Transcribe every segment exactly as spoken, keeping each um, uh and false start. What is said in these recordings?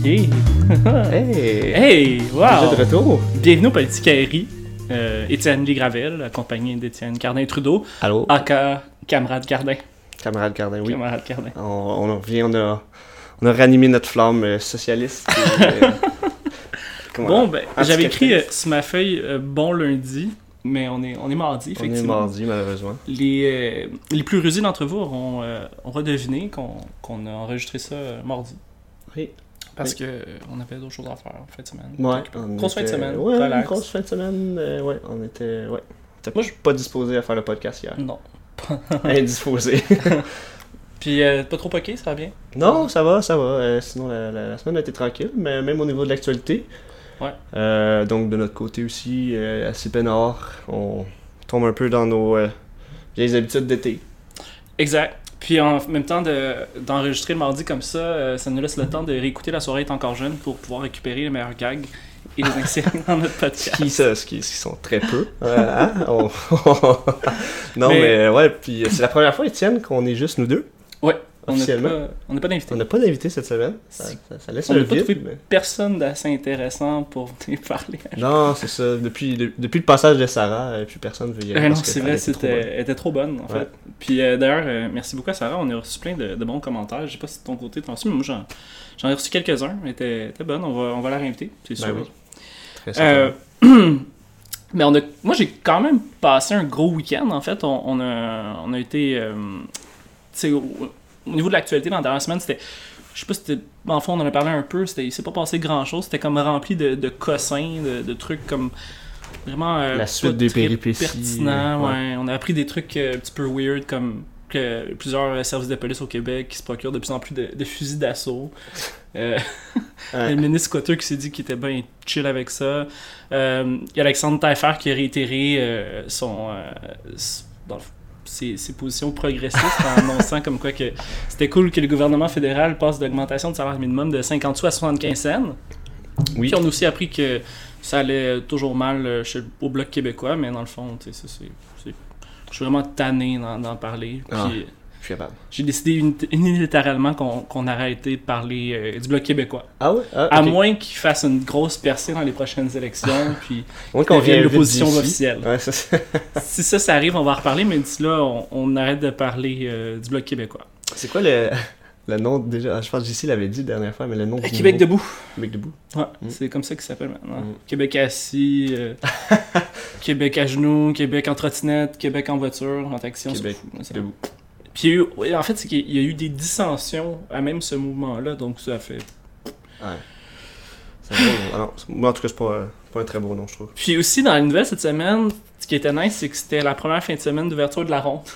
Yeah! Hey! Hey! Wow! Déjà de retour! Bienvenue au Politiquerie. Euh, Étienne Légravel, accompagné d'Étienne Cardin-Trudeau, Allô? aka Camarade Cardin. Camarade Cardin, oui. Camarade Cardin. On, on revient, on a, on a ranimé notre flamme euh, socialiste. Et, euh, comment- Bon, ben, j'avais anticapitaliste. écrit euh, sur ma feuille euh, bon lundi, mais on est, on est mardi, On est effectivement. mardi, malheureusement. Les, euh, les plus rusés d'entre vous auront, euh, auront deviné qu'on qu'on a enregistré ça euh, mardi. Oui. Parce Oui. que euh, on avait d'autres choses à faire en fin de semaine. Ouais. Donc, on grosse fin de était- semaine, Ouais, relax. une grosse fin de semaine. euh, ouais, on était. Ouais. Moi, je suis pas disposé à faire le podcast hier. Non. Indisposé. Puis, euh, pas trop poqué, ça va bien? Non, ça va, ça va. Euh, sinon, la, la- la semaine a été tranquille, mais même au niveau de l'actualité. Ouais. Euh, donc, de notre côté aussi, euh, assez peinard. On tombe un peu dans nos euh, vieilles habitudes d'été. Exact. Puis en même temps de, d'enregistrer le mardi comme ça, euh, ça nous laisse le temps de réécouter La soirée est encore jeune pour pouvoir récupérer les meilleurs gags et les insérer dans notre Ce podcast. qui, ça, ce qui, ce qui sont très peu. Euh, hein? On- non, Mais- mais, ouais, puis c'est la première fois, Étienne, qu'on est juste nous deux. Ouais, on n'a Officiellement. pas, on n'a pas d'invité. On n'a pas d'invité cette semaine. Ça, ça, ça laisse On un n'a pas vide. trouvé mais- personne d'assez intéressant pour venir parler. Non, c'est ça. Depuis, le- depuis le passage de Sarah, euh, plus personne veut y aller. Euh, non, parce que c'est ça vrai, a été trop c'était, bon. elle était trop bonne en Ouais. fait. Puis euh, d'ailleurs, euh, merci beaucoup à Sarah, on a reçu plein de, de bons commentaires. Je sais pas si de ton côté t'en as reçu, mais moi j'en, j'en ai reçu quelques-uns. Elle était, elle était bonne, on va, on va la réinviter, c'est sûr. Ben oui. Très Euh, certainement. mais on a, moi, j'ai quand même passé un gros week-end. En fait, on, on a, on a été, euh, tu sais, au, au niveau de l'actualité dans la dernière semaine, c'était, je sais pas si c'était, en fond, on en a parlé un peu. C'était, il s'est pas passé grand-chose. C'était comme rempli de, de cossins, de, de trucs comme vraiment euh, La suite pas des très péripéties, pertinents. ouais. Ouais. On a appris des trucs euh, un petit peu weird comme que plusieurs services de police au Québec qui se procurent de plus en plus de, de fusils d'assaut. Euh, Ouais. Le ministre Cotter qui s'est dit qu'il était bien chill avec ça. Euh, Il y a Alexandre Taillefer qui a réitéré euh, son, euh, s- dans le f- ses, ses positions progressistes en annonçant comme quoi que c'était cool que le gouvernement fédéral passe d'augmentation de salaire minimum de cinquante sous à soixante-quinze cents. Oui. Puis on a aussi appris que ça allait toujours mal euh, chez, au Bloc québécois, mais dans le fond, tu sais, ça, c'est, c'est- je suis vraiment tanné d'en, d'en parler. Puis Ah. euh, Je suis capable. j'ai décidé uni- unilatéralement qu'on, qu'on arrêtait de parler euh, du Bloc québécois. Ah ouais? Ah, À ok. moins qu'ils fassent une grosse percée dans les prochaines élections, puis Moins qu'on devienne vient l'opposition d'ici. officielle. Ouais, ça, c'est... Si ça, ça arrive, on va en reparler, mais d'ici là, on, on arrête de parler euh, du Bloc québécois. c'est quoi le, le nom déjà? Ah, je pense que J C l'avait dit la dernière fois, mais le nom du Québec nouveau- debout. Québec debout. Ouais, Mm. c'est comme ça qu'il s'appelle maintenant. Mm. Québec assis, euh, Québec à genoux, Québec en trottinette, Québec en voiture, en taxi, on s'en Québec fout, ça. debout. Puis il y a eu- ouais, en fait, c'est qu'il y a eu des dissensions à même ce mouvement-là, donc ça fait... Ouais. C'est un beau nom. Ah non, c'est- moi en tout cas, c'est pas, euh, pas un très beau nom, je trouve. Puis aussi, dans les nouvelles cette semaine, ce qui était nice, c'est que c'était la première fin de semaine d'ouverture de la ronde.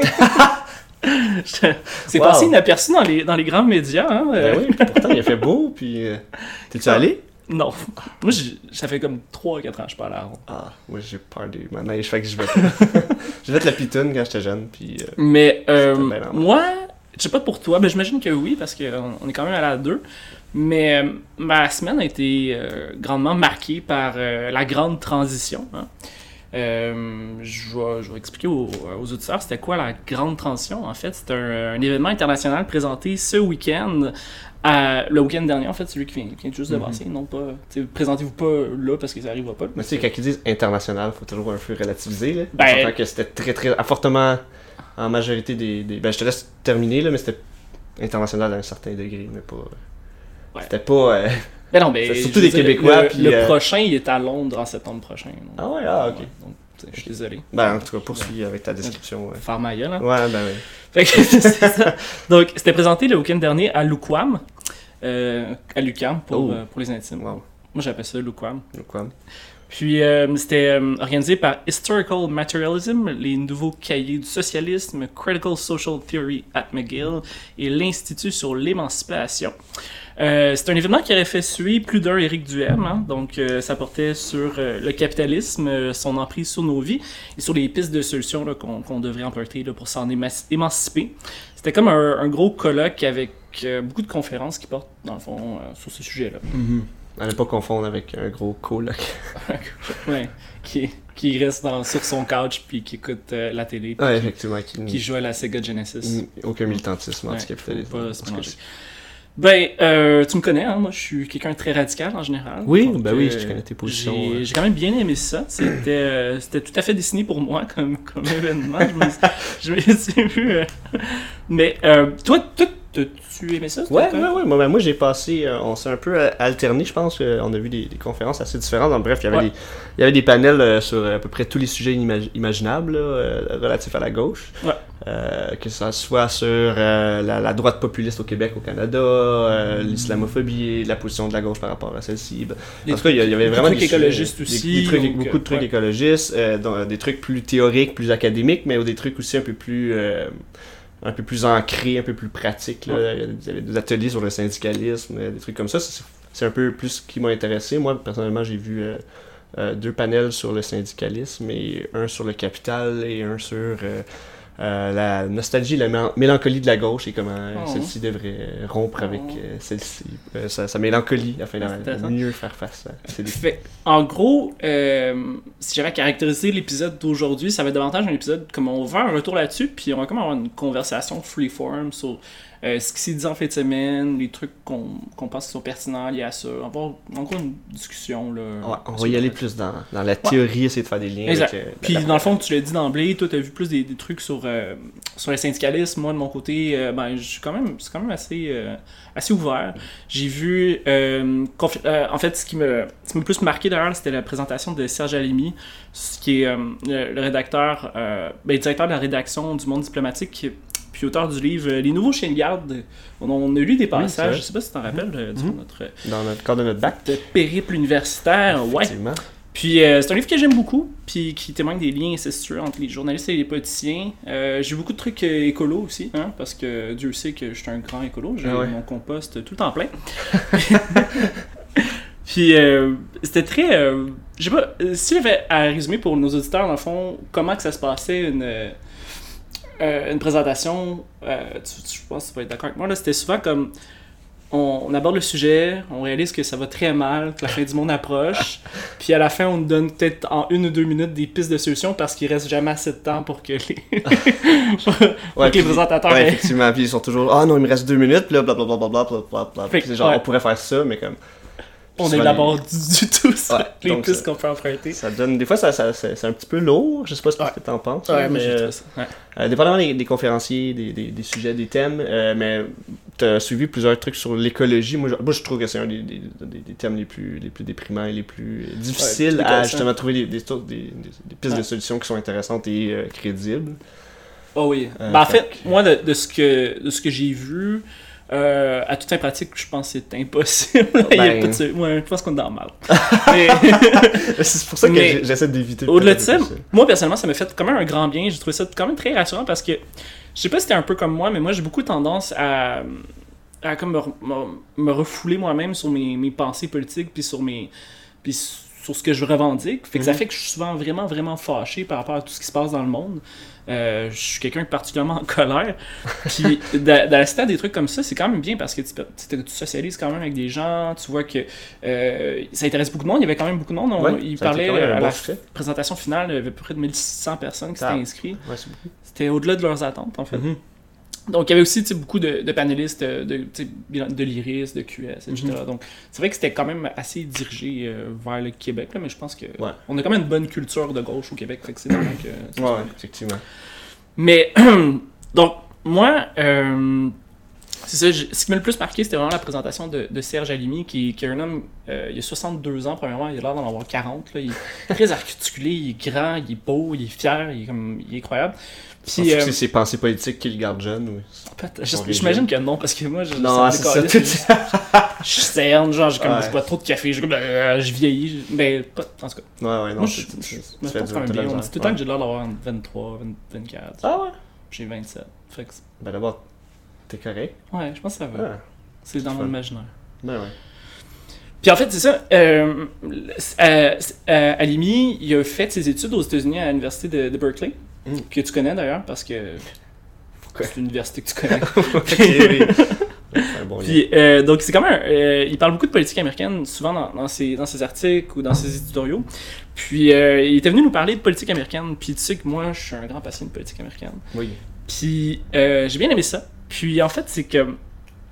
Je- c'est Wow. passé inaperçu dans les, dans les grands médias. Hein? euh, Ben oui, puis pourtant il a fait beau, puis. euh, T'es-tu allé? Non. Moi, j'ai- ça fait comme trois ou quatre ans que je parle à la ronde. Ah, moi j'ai peur des manèges, fait que je vais pas. J'ai fait la pitoune quand j'étais jeune, puis. euh, Mais euh, C'était bien normal. moi, je sais pas pour toi, mais j'imagine que oui, parce qu'on on est quand même allé à deux. Mais euh, ma semaine a été euh, grandement marquée par euh, la grande transition. Hein. Euh, je, vais, je vais expliquer aux, aux auditeurs c'était quoi la grande transition. En fait, c'est un, un événement international présenté ce week-end, à- le week-end dernier, en fait, celui qui vient, qui vient juste de Mhm. passer. Non pas, tu sais, présentez-vous pas là parce que ça arrivera pas. Mais tu sais, quand ils disent international, faut toujours un peu relativiser, là. Ben- On s'entend que c'était très, très. à fortement. En majorité des, des. Ben, je te laisse terminer, là, mais c'était international à un certain degré, mais pas. Ouais. C'était pas. euh, Mais non, mais C'est je surtout veux des dire, Québécois, Le, puis, le euh, prochain, il est à Londres en septembre prochain. Donc, Ah ouais, ah, ok. ouais, donc, tu sais, je suis désolé. Ben, en tout cas, poursuis avec ta description. Ouais, Faire ma gueule, hein. ouais ben oui. Fait que c'est ça. Donc, c'était présenté le week-end dernier à l'Uqam, euh, à l'Uqam pour, Oh. euh, pour les intimes. Wow. Moi, j'appelle ça l'Uqam. Donc, quoi? Puis, euh, c'était euh, organisé par Historical Materialism, les nouveaux cahiers du socialisme, Critical Social Theory at McGill et l'Institut sur l'émancipation. Euh, c'est un événement qui aurait fait suer plus d'un Éric Duhem, hein. Donc euh, ça portait sur euh, le capitalisme, euh, son emprise sur nos vies et sur les pistes de solutions là, qu'on, qu'on devrait emprunter là, pour s'en éma- émanciper. C'était comme un, un gros colloque avec euh, beaucoup de conférences qui portent, dans le fond, euh, sur ce sujet-là. À ne pas confondre avec un gros coloc. Ouais, qui, qui reste dans, sur son couch puis qui écoute euh, la télé puis Ouais, qui, effectivement. Qui, qui joue à la Sega Genesis. aucun militantisme Ouais, anticapitaliste. faut pas dans se ce mélanger. cas-ci. Ben, euh, tu me connais, hein, moi je suis quelqu'un de très radical en général. Oui, donc, ben oui, euh, je connais tes positions. J'ai, ouais. j'ai quand même bien aimé ça. C'était, euh, c'était tout à fait dessiné pour moi comme, comme événement. Je me, je me suis vu. euh, Mais euh, toi, toi, t'as-tu aimé ça? Ouais, ouais, ouais. Moi, ben, moi j'ai passé. euh, on s'est un peu euh, alterné, je pense. euh, on a vu des, des conférences assez différentes. Donc, bref, il y avait, Ouais. des, il y avait des panels euh, sur à peu près tous les sujets imag- imaginables là, euh, relatifs à la gauche. Ouais. Euh, que ça soit sur euh, la, la droite populiste au Québec, au Canada, euh, l'islamophobie, la position de la gauche par rapport à celle-ci. Ben, Des en tout cas, il y, a- il y avait beaucoup vraiment de des trucs sujets- écologistes des- aussi, des trucs- donc, beaucoup de trucs ouais. écologistes, euh, dont- des trucs plus théoriques, plus académiques, mais des trucs aussi un peu plus euh, un peu plus ancrés, un peu plus pratiques. Là. Ouais. Il y avait des ateliers sur le syndicalisme, euh, des trucs comme ça. C'est, c'est un peu plus ce qui m'a intéressé. Moi, personnellement, j'ai vu euh, euh, deux panels sur le syndicalisme, et un sur le capital et un sur euh, euh, la nostalgie, la mé- mélancolie de la gauche et comment euh, Oh. celle-ci devrait rompre Oh. avec euh, celle-ci. Euh, sa, sa mélancolie afin C'est de intéressant. mieux faire face à ces défis. Fait, en gros, euh, si j'avais à caractériser l'épisode d'aujourd'hui, ça va être davantage un épisode comme on va faire un retour là-dessus, puis on va comme avoir une conversation freeform sur euh, ce qui s'est dit en fin de semaine, les trucs qu'on, qu'on pense qui sont pertinents liés à ça. On va avoir en gros une discussion. Là, Ouais, on sur va y le- aller plus dans, dans la théorie, essayer de faire des liens Exact. avec... euh, Puis la- dans le fond, tu l'as dit d'emblée, toi t'as vu plus des, des trucs sur, euh, sur le syndicalisme. Moi de mon côté, euh, ben je suis quand même, c'est quand même assez, euh, assez ouvert. J'ai vu, euh, confi- euh, en fait, ce qui me, ce qui m'a le plus marqué d'ailleurs, c'était la présentation de Serge Halimi, ce qui est euh, le, le rédacteur, euh, ben, le directeur de la rédaction du Monde diplomatique, puis auteur du livre euh, Les Nouveaux Chiens de garde. On, on a lu des c'est vrai. passages, je sais pas si tu t'en rappelles, euh, durant Mhm. notre, dans notre cadre de notre bac. notre périple universitaire. Ouais. Effectivement. Puis euh, c'est un livre que j'aime beaucoup, puis qui témoigne des liens incestueux entre les journalistes et les politiciens. Euh, j'ai beaucoup de trucs euh, écolos aussi, hein, parce que Dieu sait que je suis un grand écolo, j'ai Ah ouais. mon compost tout le temps plein. Puis euh, c'était très... euh, je sais pas, euh, si j'avais à résumer pour nos auditeurs, dans le fond, comment que ça se passait une, euh, une présentation, euh, tu, tu- je pense que tu vas être d'accord avec moi, là, c'était souvent comme... On, on aborde le sujet, on réalise que ça va très mal, que la fin du monde approche, puis à la fin, on nous donne peut-être en une ou deux minutes des pistes de solutions parce qu'il reste jamais assez de temps pour que les, pour Ouais, que les puis- présentateurs Ouais, aient- effectivement. Puis ils sont toujours, ah non, il me reste deux minutes, puis là, blablabla. Blablabla. Fait Puis que, c'est genre, ouais. on pourrait faire ça, mais comme. on souvent, élabore du, du tout ça, Ouais, les donc, pistes ça- qu'on peut emprunter. Ça donne. Des fois, ça, ça, c'est, c'est un petit peu lourd. Je sais pas ce que Ouais. t'en penses. Ouais, là, mais mais. j'ai euh, trouvé ça. Ouais. euh, dépendamment des, des conférenciers, des, des, des sujets, des thèmes, euh, mais t'as suivi plusieurs trucs sur l'écologie. Moi, je, moi, je trouve que c'est un des, des, des, des thèmes les plus, les plus déprimants et les plus euh, difficiles plus à décollissants. justement trouver des, des, des, des, des pistes Ouais. de solutions qui sont intéressantes et euh, crédibles. Oh oui. Euh, Ben, en fait fait, moi, de, de ce que, de ce que j'ai vu, euh, à toute fin pratique, je pense que c'est impossible. Il y a Ben. pas de ce- ouais, je pense qu'on est dans le mal. Mais, C'est pour ça que Mais j'ai- j'essaie d'éviter. au-delà de peut-être ça, un peu moi, personnellement, ça m'a fait quand même un grand bien. J'ai trouvé ça quand même très rassurant parce que, je sais pas si c'était un peu comme moi, mais moi, j'ai beaucoup tendance à, à comme me, re- me- me refouler moi-même sur mes, mes pensées politiques puis sur mes... Puis sur ce que je revendique. Fait que ça Mhm. fait que je suis souvent vraiment, vraiment fâché par rapport à tout ce qui se passe dans le monde. Euh, je suis quelqu'un de particulièrement en colère. Puis d'a- d'assister à des trucs comme ça, c'est quand même bien parce que tu, peux- tu tu socialises quand même avec des gens, tu vois que euh, ça intéresse beaucoup de monde. Il y avait quand même beaucoup de monde. On- Ouais, il ça a été parlait quand même un à bon la succès. présentation finale, il y avait à peu près de mille six cents personnes qui s'étaient Ah. inscrites. Ouais, c'est beaucoup. C'était au-delà de leurs attentes, en fait. Mhm. Donc, il y avait aussi tu sais, beaucoup de, de panélistes euh, de, tu sais, de l'Iris, de Q S, et cetera. Mhm. Donc, c'est vrai que c'était quand même assez dirigé euh, vers le Québec, là, mais je pense que Ouais. on a quand même une bonne culture de gauche au Québec, fait que c'est normal que... c'est Ouais, ça. ouais, effectivement. Mais, donc, moi, euh, c'est ça, je- ce qui m'a le plus marqué, c'était vraiment la présentation de, de Serge Halimi, qui, qui est un homme, euh, il a soixante-deux ans, premièrement, il a l'air d'en avoir quarante, là, il est très articulé, il est grand, il est beau, il est fier, il est, comme, il est incroyable. Puis, Puis, euh, c'est ses pensées politiques qui le gardent jeune, oui. peut-être- Son je- j'imagine régime. que non, parce que moi, je, Non, me c'est ça. décalisse, je, je suis cerne, genre, j'ai comme, Ouais. je bois trop de café, je, euh, je vieillis, je- ben, pas, en tout cas, Ouais, ouais, non. moi, c'est- je, c'est- je, tu me fais porte du- quand même t'as de la bien, on me misère. dit tout le temps Ouais. que j'ai l'air d'avoir vingt-trois, vingt, vingt-quatre, Ah ouais? j'ai vingt-sept, fait que, c'est- Ben d'abord, t'es correct. ouais, je pense que ça va, Ah, c'est dans c'est mon fun. imaginaire. ben ouais. Puis en fait, c'est ça. Euh, euh, euh, Halimi, il a fait ses études aux États-Unis à l'université de, de Berkeley, Mm. que tu connais d'ailleurs, parce que Pourquoi? c'est une université que tu connais. Ok, oui. C'est un bon lien. Puis, euh, donc, c'est quand même. euh, il parle beaucoup de politique américaine, souvent dans, dans, ses, dans ses articles ou dans ses éditoriaux. Puis, euh, il était venu nous parler de politique américaine. Puis, tu sais que moi, je suis un grand passionné de politique américaine. Oui. Puis, euh, j'ai bien aimé ça. Puis, en fait, c'est que.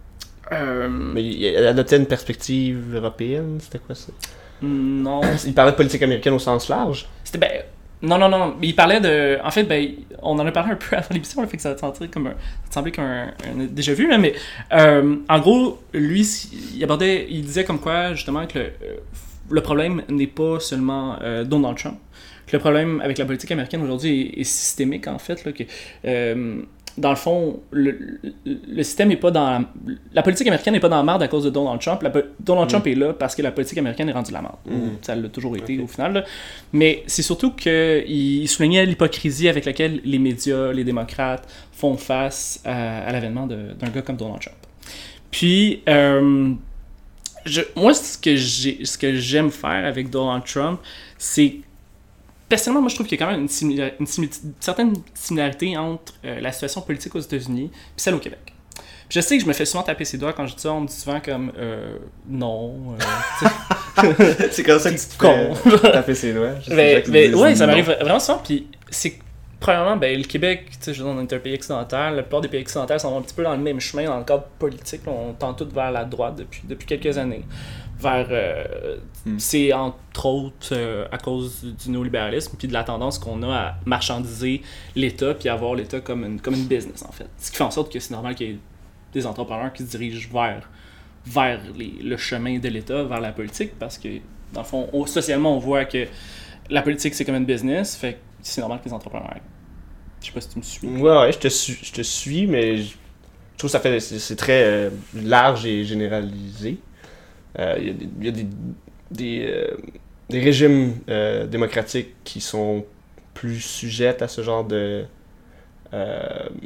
Euh, Mais il il adoptait une perspective européenne, c'était quoi ça? non. Il parlait de politique américaine au sens large? C'était ben. Non, non, non. Il parlait de. En fait, ben, on en a parlé un peu avant l'émission, là, fait que ça semblait comme un. Ça semblait comme un, un déjà vu, là, mais euh, en gros, lui, il abordait. Il disait comme quoi, justement, que le, euh, le problème n'est pas seulement euh, Donald Trump. Que le problème avec la politique américaine aujourd'hui est, est systémique, en fait, là, que. Euh, dans le fond, le, le, le système n'est pas dans... La, la politique américaine n'est pas dans la merde à cause de Donald Trump. La, Donald mm. Trump est là parce que la politique américaine est rendue la merde. Mm. Ça l'a toujours été okay. au final. Là. Mais c'est surtout qu'il soulignait l'hypocrisie avec laquelle les médias, les démocrates font face à, à l'avènement de, d'un gars comme Donald Trump. Puis, euh, je, moi, ce que, j'ai, ce que j'aime faire avec Donald Trump, c'est... Personnellement, moi, je trouve qu'il y a quand même une, simila- une, simila- une certaine similarité entre euh, la situation politique aux États-Unis et celle au Québec. Puis je sais que je me fais souvent taper ses doigts quand je dis ça. On me dit souvent comme euh, non. Euh, c'est comme ça que tu te fais taper ses doigts. Mais, mais ouais, ça m'arrive vraiment souvent. Puis c'est premièrement, ben, le Québec, tu sais, je veux dire, on est un pays occidental. La plupart des pays occidentaux sont un petit peu dans le même chemin dans le cadre politique. On tend tout vers la droite depuis, depuis quelques années. Vers, euh, mm. C'est entre autres euh, à cause du néolibéralisme puis de la tendance qu'on a à marchandiser l'État puis à voir l'État comme une, comme une business, en fait. Ce qui fait en sorte que c'est normal qu'il y ait des entrepreneurs qui se dirigent vers, vers les, le chemin de l'État, vers la politique, parce que, dans le fond, on, socialement, on voit que la politique, c'est comme une business, fait que c'est normal que les entrepreneurs... Je sais pas si tu me suis. Ouais, ouais, je te suis, je te suis mais je, je trouve que ça fait, c'est, c'est très euh, large et généralisé. Il euh, y a, des, y a des, des, euh, des régimes euh, démocratiques qui sont plus sujettes à ce genre de, euh,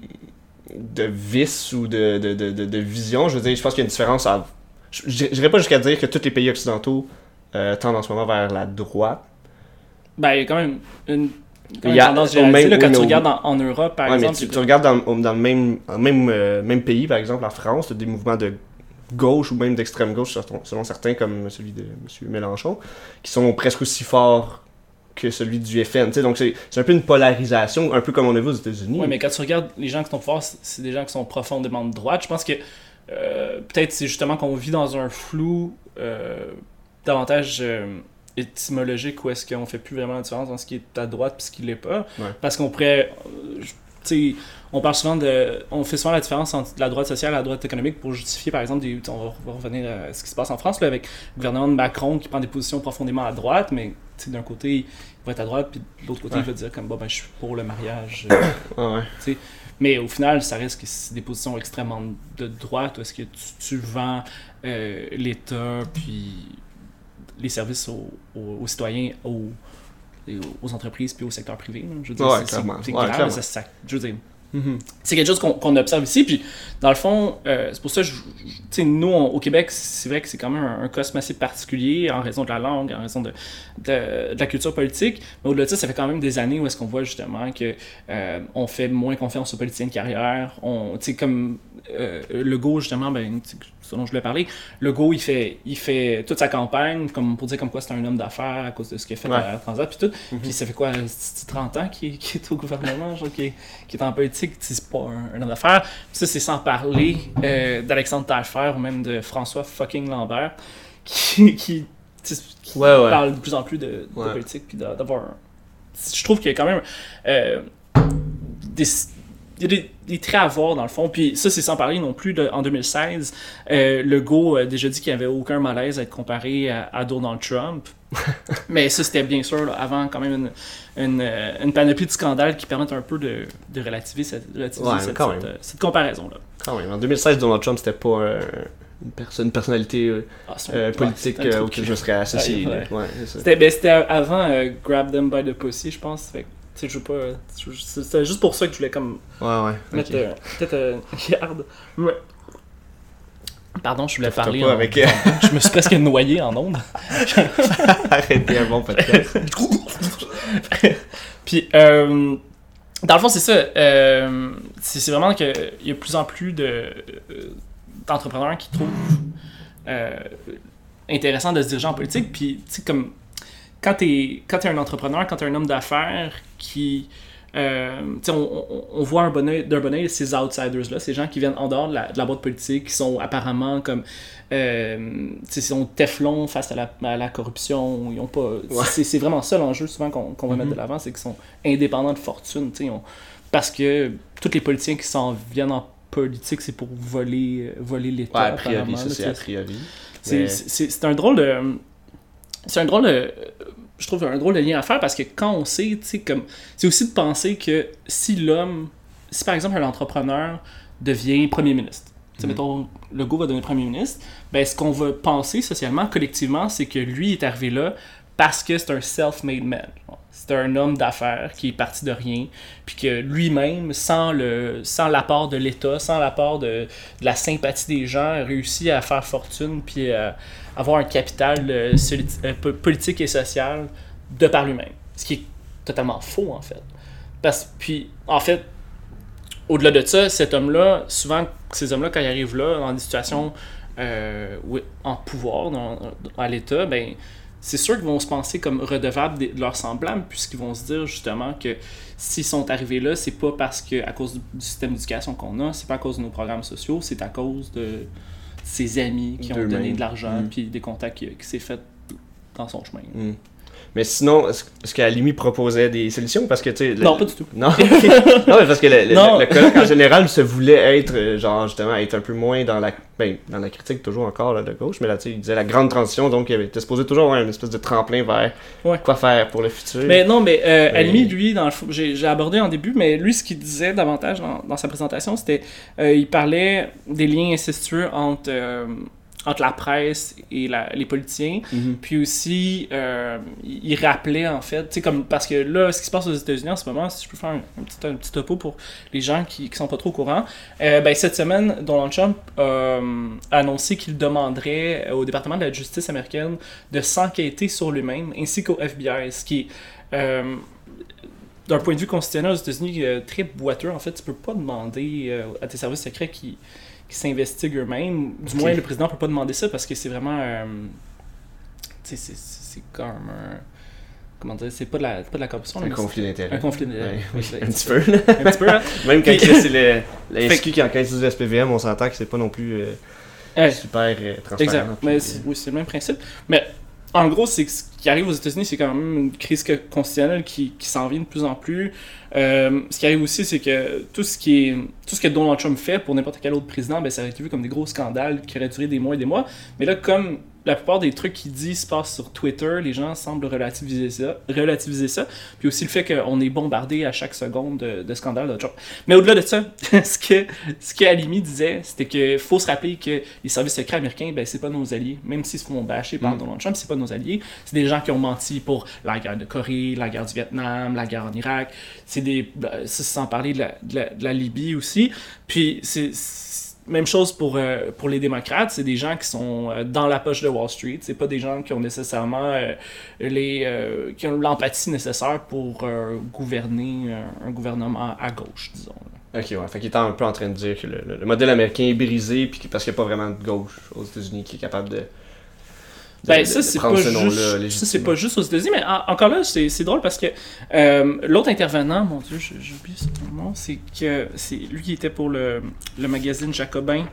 de vices ou de, de, de, de, de vision. Je veux dire, je pense qu'il y a une différence. À, je n'irais pas jusqu'à dire que tous les pays occidentaux euh, tendent en ce moment vers la droite. Ben, il y a quand même une, quand même une tendance généralisée. Là, quand oui, tu regardes en, en Europe, par ouais, exemple... Mais tu, tu regardes dans, dans le même, même, euh, même pays, par exemple, en France, tu as des mouvements de gauche ou même d'extrême gauche, selon certains, comme celui de M. Mélenchon, qui sont presque aussi forts que celui du F N. T'sais, donc c'est, c'est un peu une polarisation, un peu comme on a vu aux États-Unis. Oui, mais quand tu regardes les gens qui sont forts, c'est des gens qui sont profondément de droite. Je pense que euh, peut-être c'est justement qu'on vit dans un flou euh, davantage euh, étymologique où est-ce qu'on fait plus vraiment la différence dans ce qui est à droite et ce qui l'est pas. Ouais. Parce qu'on pourrait... Euh, tu sais, on parle souvent de... On fait souvent la différence entre la droite sociale et la droite économique pour justifier, par exemple, des, on va revenir à ce qui se passe en France, là, avec le gouvernement de Macron qui prend des positions profondément à droite, mais d'un côté, il va être à droite, puis de l'autre côté, ouais. il va dire comme, bon, ben, je suis pour le mariage. Euh, ah ouais. Tu sais. Mais au final, ça reste que c'est des positions extrêmement de droite, où est-ce que tu, tu vends euh, l'État, puis les services aux, aux, aux citoyens, aux, aux entreprises, puis au secteur privé. Là. Je veux dire, ouais, c'est, clairement. c'est, c'est ouais, grave, ça, ça, je veux dire, mm-hmm. c'est quelque chose qu'on, qu'on observe ici, puis dans le fond, euh, c'est pour ça que je, je, nous, on, au Québec, c'est vrai que c'est quand même un, un cosme assez particulier en raison de la langue, en raison de, de, de la culture politique, mais au-delà de ça, ça fait quand même des années où est-ce qu'on voit justement que euh, on fait moins confiance aux politiciens de carrière, on, tu sais, comme euh, Legault, justement, ben, ce dont je voulais parler, Legault, il fait, il fait toute sa campagne comme pour dire comme quoi c'est un homme d'affaires à cause de ce qu'il a fait ouais. à la Transat, puis tout, mm-hmm. puis ça fait quoi, c'est trente ans qu'il, qu'il est au gouvernement, genre, qu'il, qu'il est en politique, c'est pas un, un homme d'affaires. Puis ça, c'est sans parler euh, d'Alexandre Taillefer ou même de François fucking Lambert qui, qui, qui ouais, ouais. parle de plus en plus de, de ouais. politique puis d'avoir un... Je trouve qu'il y a quand même euh, des, il y a des, des traits à voir dans le fond. Puis ça, c'est sans parler non plus de, en deux mille seize, euh, Legault a déjà dit qu'il n'y avait aucun malaise à être comparé à, à Donald Trump. Mais ça, c'était bien sûr là, avant quand même une, une, une panoplie de scandales qui permettent un peu de, de relativiser cette, relativiser ouais, cette, quand cette, même. cette comparaison-là. Quand même. En deux mille seize, Donald Trump, c'était pas euh, une, perso- une personnalité euh, ah, euh, politique ouais, auquel je me serais associé. Ouais, ouais. Ouais, c'est ça. C'était, ben, c'était avant euh, Grab Them by the Pussy, je pense. Fait, je veux pas, je, c'était juste pour ça que je voulais comme ouais, ouais, mettre okay. euh, peut-être euh, garde. Ouais. Pardon, je voulais T'as parler. Pas en... avec... je me suis presque noyé en ondes. Arrêtez un bon podcast. Puis, euh, dans le fond, c'est ça. Euh, c'est, c'est vraiment qu'il y a de plus en plus de, euh, d'entrepreneurs qui trouvent euh, intéressant de se diriger en politique. Puis, tu sais, comme quand t'es, quand t'es un entrepreneur, quand t'es un homme d'affaires qui euh, on, on, on voit un bon œil, d'un bon oeil ces outsiders-là, ces gens qui viennent en dehors de la, de la boîte politique, qui sont apparemment comme euh, ils sont Teflon face à la, à la corruption. Ils ont pas, ouais. c'est, c'est vraiment ça l'enjeu souvent qu'on, qu'on va mm-hmm. mettre de l'avant, c'est qu'ils sont indépendants de fortune. On, parce que tous les politiciens qui s'en viennent en politique, c'est pour voler, voler l'État. Ouais, a priori, ça, c'est a priori. C'est, mais... c'est, c'est un drôle de... C'est un drôle de... Je trouve un drôle de lien à faire parce que quand on sait, tu sais, comme... C'est aussi de penser que si l'homme... Si par exemple un entrepreneur devient premier ministre, tu sais, mm-hmm. mettons, Legault va devenir premier ministre, ben ce qu'on va penser socialement, collectivement, c'est que lui est arrivé là parce que c'est un self-made man. C'est un homme d'affaires qui est parti de rien, puis que lui-même, sans, le, sans l'apport de l'État, sans l'apport de, de la sympathie des gens, a réussi à faire fortune, puis à avoir un capital euh, solidi- euh, politique et social de par lui-même. Ce qui est totalement faux, en fait. Parce, puis, en fait, au-delà de ça, cet homme-là, souvent, ces hommes-là, quand ils arrivent là, dans des situations euh, oui, en pouvoir, dans, à l'État, ben c'est sûr qu'ils vont se penser comme redevables de leurs semblables, puisqu'ils vont se dire justement que s'ils sont arrivés là, c'est pas parce que à cause du système d'éducation qu'on a, c'est pas à cause de nos programmes sociaux, c'est à cause de ses amis qui ont donné même. de l'argent, mm. puis des contacts qui, qui s'est fait dans son chemin. Mm. Mais sinon, est-ce, est-ce qu'Halimi proposait des solutions? Parce que, tu sais... Non, pas du tout. Non, non, mais parce que le, le, le, le colloque, en général, se voulait être, genre, justement, être un peu moins dans la... Ben, dans la critique, toujours encore, là, de gauche, mais là, tu sais, il disait la grande transition, donc il était supposé toujours avoir une espèce de tremplin vers ouais. quoi faire pour le futur. Mais non, mais euh, mais... Halimi, lui, dans le fond, j'ai, j'ai abordé en début, mais lui, ce qu'il disait davantage dans, dans sa présentation, c'était... Euh, il parlait des liens incestueux entre... Euh, entre la presse et la, les politiciens, mm-hmm. puis aussi euh, il rappelait en fait, tu sais comme parce que là ce qui se passe aux États-Unis en ce moment, si je peux faire un, un petit un petit topo pour les gens qui qui sont pas trop au courant, euh, ben cette semaine Donald Trump euh, a annoncé qu'il demanderait au département de la justice américaine de s'enquêter sur lui-même ainsi qu'au F B I, ce qui est euh, d'un point de vue constitutionnel aux États-Unis euh, très boiteux en fait. Tu peux pas demander euh, à tes services secrets qui qui s'investiguent eux-mêmes. Du okay. moins, le président peut pas demander ça parce que c'est vraiment... Euh, tu sais, c'est, c'est comme un... Comment dire? C'est pas de la, pas de la corruption. C'est un conflit d'intérêts. Un conflit d'intérêts. Ouais, oui, un petit peu. un petit peu, hein? Même quand Puis, c'est le, la S Q qui enquête sur le S P V M, on s'entend que c'est pas non plus euh, ouais. super euh, transparent. Exact. Puis, Mais euh... c'est, oui, c'est le même principe. Mais en gros, c'est que ce qui arrive aux États-Unis, c'est quand même une crise constitutionnelle qui, qui s'en vient de plus en plus. Euh, ce qui arrive aussi, c'est que tout ce qui est tout ce que Donald Trump fait pour n'importe quel autre président, ben, ça aurait été vu comme des gros scandales qui auraient duré des mois et des mois. Mais là, comme la plupart des trucs qu'il dit se passent sur Twitter, les gens semblent relativiser ça. Relativiser ça. Puis aussi le fait qu'on est bombardé à chaque seconde de, de scandales de Trump. Mais au-delà de ça, ce que ce que Halimi disait, c'était qu'il faut se rappeler que les services secrets américains, ben, c'est pas nos alliés. Même s'ils se font bâcher par mm. Donald Trump, c'est pas nos alliés. C'est des gens qui ont menti pour la guerre de Corée, la guerre du Vietnam, la guerre en Irak. C'est des... Ça, sans parler de la, de la, de la Libye aussi. Puis c'est... c'est même chose pour, euh, pour les démocrates, c'est des gens qui sont euh, dans la poche de Wall Street, c'est pas des gens qui ont nécessairement euh, les euh, qui ont l'empathie nécessaire pour euh, gouverner euh, un gouvernement à gauche, disons. Ok, ouais, fait qu'il est un peu en train de dire que le, le, le modèle américain est brisé puis que, parce qu'il n'y a pas vraiment de gauche aux États-Unis qui est capable de... De, ben, de, ça, de c'est pas juste, ça, c'est pas juste aux États-Unis, mais en, encore là, c'est, c'est drôle parce que euh, l'autre intervenant, mon Dieu, j'ai, j'ai oublié son nom, c'est que c'est lui qui était pour le, le magazine Jacobin.